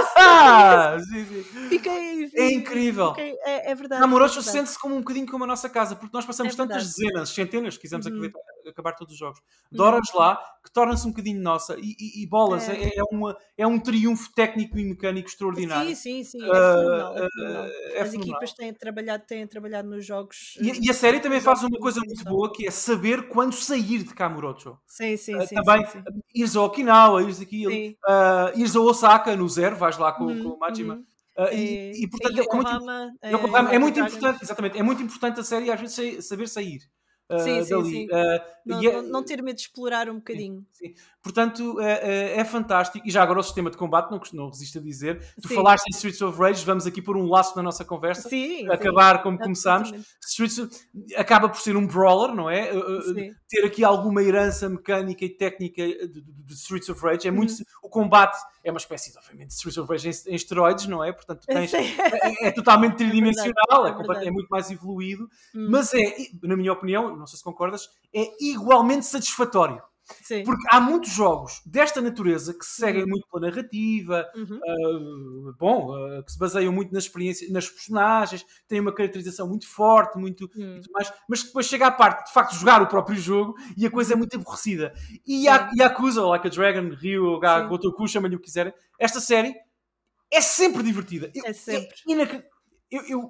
é... sim, sim. Fiquei, é incrível. Fiquei, é, é verdade. Kamurocho é verdade. sente-se como um bocadinho como a nossa casa, porque nós passamos é tantas dezenas, centenas, quisermos uhum. acabar todos os jogos, de horas uhum. lá, que torna-se um bocadinho nossa. E, e, e bolas, é. É, é, uma, é um triunfo técnico e mecânico extraordinário. Sim, sim, sim. É fenomenal. É fenomenal. Uh, é As fenomenal. equipas têm trabalhado, têm trabalhado nos jogos. E, e a série também faz uma coisa muito boa, que é saber quando sair de Kamurocho. Sim, sim, uh, sim. Também, sim, sim. ires a Okinawa, ires aqui, uh, ires a Osaka, no zero, vais lá com, uhum, com o Majima. Uhum. Uh, e, e, portanto, Yokohama, é muito, é, é muito importante, exatamente, é muito importante a série às vezes saber sair uh, sim, sim, dali. Sim. Uh, não, é, não, não ter medo de explorar um bocadinho. Sim, sim. Portanto, é, é fantástico. E já agora o sistema de combate, não, não resisto a dizer. Tu sim. falaste em Streets of Rage, vamos aqui pôr um laço na nossa conversa. Sim, acabar sim, como começámos. Streets of, acaba por ser um brawler, não é? Sim. Ter aqui alguma herança mecânica e técnica de, de, de Streets of Rage. É muito, uhum. O combate é uma espécie de, obviamente, Streets of Rage em, em esteroides, não é? Portanto, tens, é, é totalmente tridimensional, é, é, é, é muito mais evoluído. Hum. Mas é, na minha opinião, não sei se concordas, é igualmente satisfatório. Sim. Porque há muitos jogos desta natureza que se seguem uhum. muito pela narrativa, uhum. uh, bom, uh, que se baseiam muito na experiência, nas personagens, têm uma caracterização muito forte, muito, uhum. muito mais, mas que depois chega à parte de facto de jogar o próprio jogo e a coisa é muito aborrecida. E a Yakuza, ou Like a Dragon, Ryu, Gotoku, chamem-lhe o que quiserem, esta série é sempre divertida. Eu, é sempre. É, eu, eu,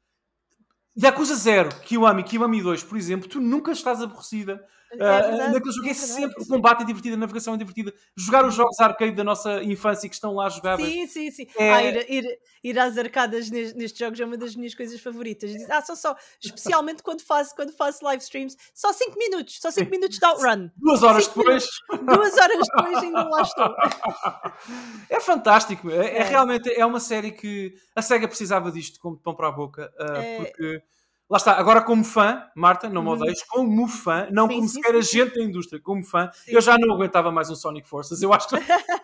Yakuza zero, Kiwami, Kiwami dois, por exemplo, tu nunca estás aborrecida. É verdade, uh, naquele jogo é, é sempre o combate é divertido, a navegação é divertida. Jogar os jogos arcade da nossa infância que estão lá jogáveis. Sim, sim, sim. É... Ah, ir, ir, ir às arcadas nestes, nestes jogos é uma das minhas coisas favoritas. Ah, são só, especialmente quando faço, quando faço live streams, só cinco minutos, só cinco minutos de outrun. Duas horas depois. Minutos, duas horas depois ainda lá estou. É fantástico, é, é. é realmente é uma série que a SEGA precisava disto como de pão para a boca, uh, é... porque. Lá está, agora como fã, Marta, não me odeies, como fã, não sim, como sim, sequer sim, agente sim. da indústria, como fã, sim. eu já não aguentava mais um Sonic Forces, eu acho que...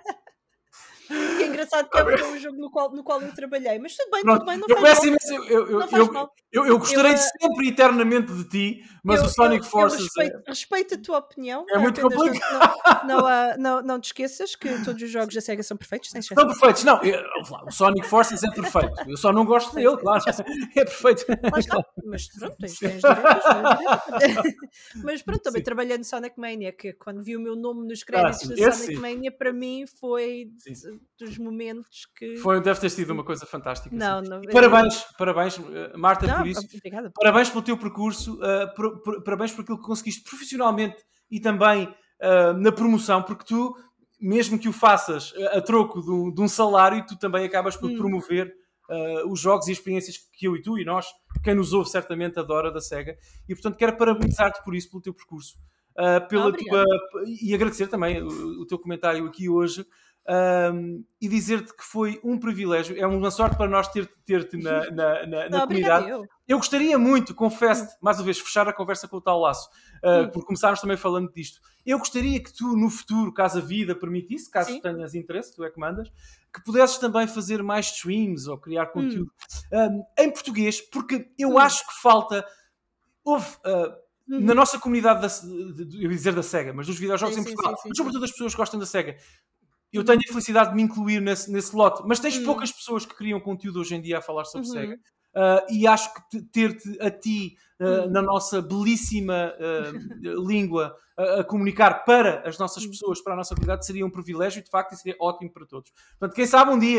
E é engraçado que é um jogo no qual, no qual eu trabalhei, mas tudo bem, Pronto, tudo bem, não eu faz mal. Imenso, eu, eu, não faz eu, mal. Eu, eu gostaria eu, uh... sempre eternamente de ti, mas eu, o Sonic eu, Forces... Eu respeito, é... respeito a tua opinião. É muito complicado. Não, não, não, não, não te esqueças que todos os jogos da SEGA são perfeitos, sem São perfeitos, não. Eu, o Sonic Forces é perfeito. Eu só não gosto dele, claro. É perfeito. Lá está. Mas pronto, tens, tens direitos. Mas pronto, também sim. trabalhei no Sonic Mania, que quando vi o meu nome nos créditos ah, do Sonic sim. Mania, para mim foi de, dos momentos que... Foi, deve ter sido uma coisa fantástica. Não, assim. não, parabéns, parabéns, Marta, não, por isso. Obrigada. Parabéns pelo teu percurso, uh, por, por, parabéns por aquilo que conseguiste profissionalmente e também uh, na promoção, porque tu, mesmo que o faças a troco de um, de um salário, tu também acabas por hum. promover uh, os jogos e experiências que eu e tu e nós, quem nos ouve certamente adora da SEGA, e portanto quero parabenizar-te por isso, pelo teu percurso, uh, pela ah, tua, e agradecer também o, o teu comentário aqui hoje. Um, e dizer-te que foi um privilégio, é uma sorte para nós ter-te ter na, na, na, na Não, comunidade. Eu. eu gostaria muito, confesso-te, mais uma vez, fechar a conversa com o tal laço, uh, porque começámos também falando disto. Eu gostaria que tu, no futuro, caso a vida permitisse, caso Sim. tenhas interesse, tu é que mandas, que pudesses também fazer mais streams ou criar conteúdo hum. um, em português, porque eu hum. acho que falta. Houve. Uh, Uhum. Na nossa comunidade, da, eu ia dizer da SEGA, mas dos videojogos sim, em Portugal, sim, sim, mas sobretudo as pessoas que gostam da SEGA, eu tenho a felicidade de me incluir nesse, nesse lote, mas tens uhum. poucas pessoas que criam conteúdo hoje em dia a falar sobre uhum. SEGA, uh, e acho que ter-te a ti uh, uhum. na nossa belíssima uh, língua uh, a comunicar para as nossas pessoas, para a nossa comunidade, seria um privilégio e de facto seria ótimo para todos. Portanto, quem sabe um dia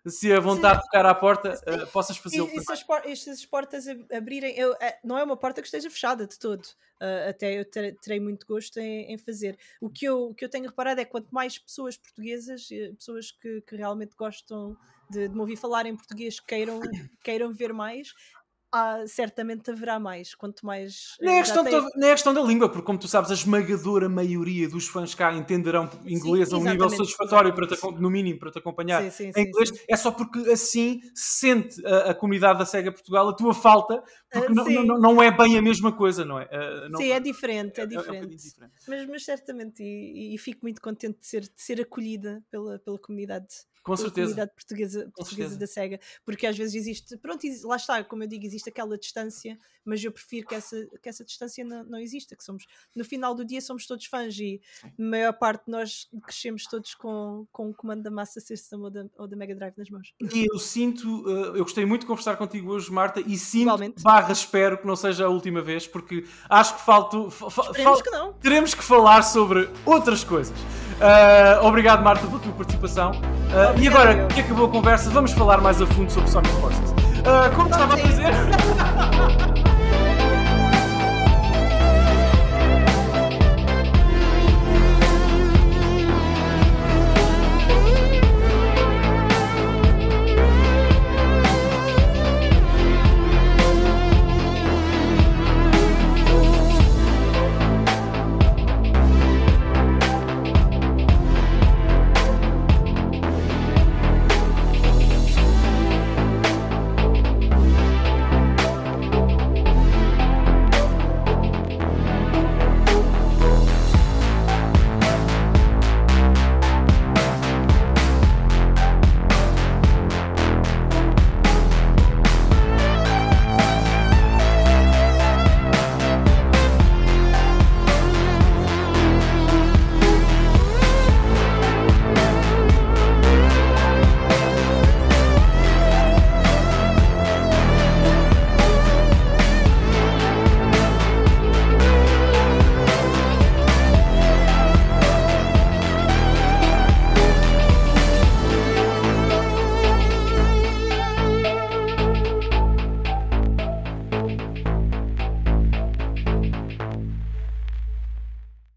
se a vontade de tocar à porta, uh, possas fazê-lo. E, e se as, por, se as portas abrirem, eu, não é uma porta que esteja fechada de todo. Uh, até eu ter, terei muito gosto em, em fazer. O que, eu, o que eu tenho reparado é que quanto mais pessoas portuguesas, pessoas que, que realmente gostam de, de me ouvir falar em português, queiram, queiram ver mais, Ah, certamente haverá mais, quanto mais... Nem é, questão tem... da, nem é questão da língua, porque como tu sabes, a esmagadora maioria dos fãs cá entenderão inglês sim, a um nível satisfatório, para te, no mínimo, para te acompanhar sim, sim, em inglês. Sim, sim. É só porque assim sente a, a comunidade da SEGA Portugal a tua falta, porque uh, não, não, não é bem a mesma coisa, não é? Uh, não, sim, é diferente, é, é diferente. É um diferente. Mas, mas certamente, e, e fico muito contente de ser, de ser acolhida pela, pela comunidade. Com certeza. Comunidade portuguesa, portuguesa da SEGA, porque às vezes existe, pronto, lá está, como eu digo, existe aquela distância, mas eu prefiro que essa, que essa distância não, não exista, que somos, no final do dia somos todos fãs e a maior parte de nós crescemos todos com, com o comando da Master System ou da, ou da Mega Drive nas mãos. E eu sinto, eu gostei muito de conversar contigo hoje, Marta, e sinto, Igualmente. barra, espero que não seja a última vez, porque acho que falto, fa, fal, que não. teremos que falar sobre outras coisas. Uh, obrigado, Marta, pela tua participação. Uh, e agora que acabou a conversa, vamos falar mais a fundo sobre Sonic Forces. Uh, como estava a dizer...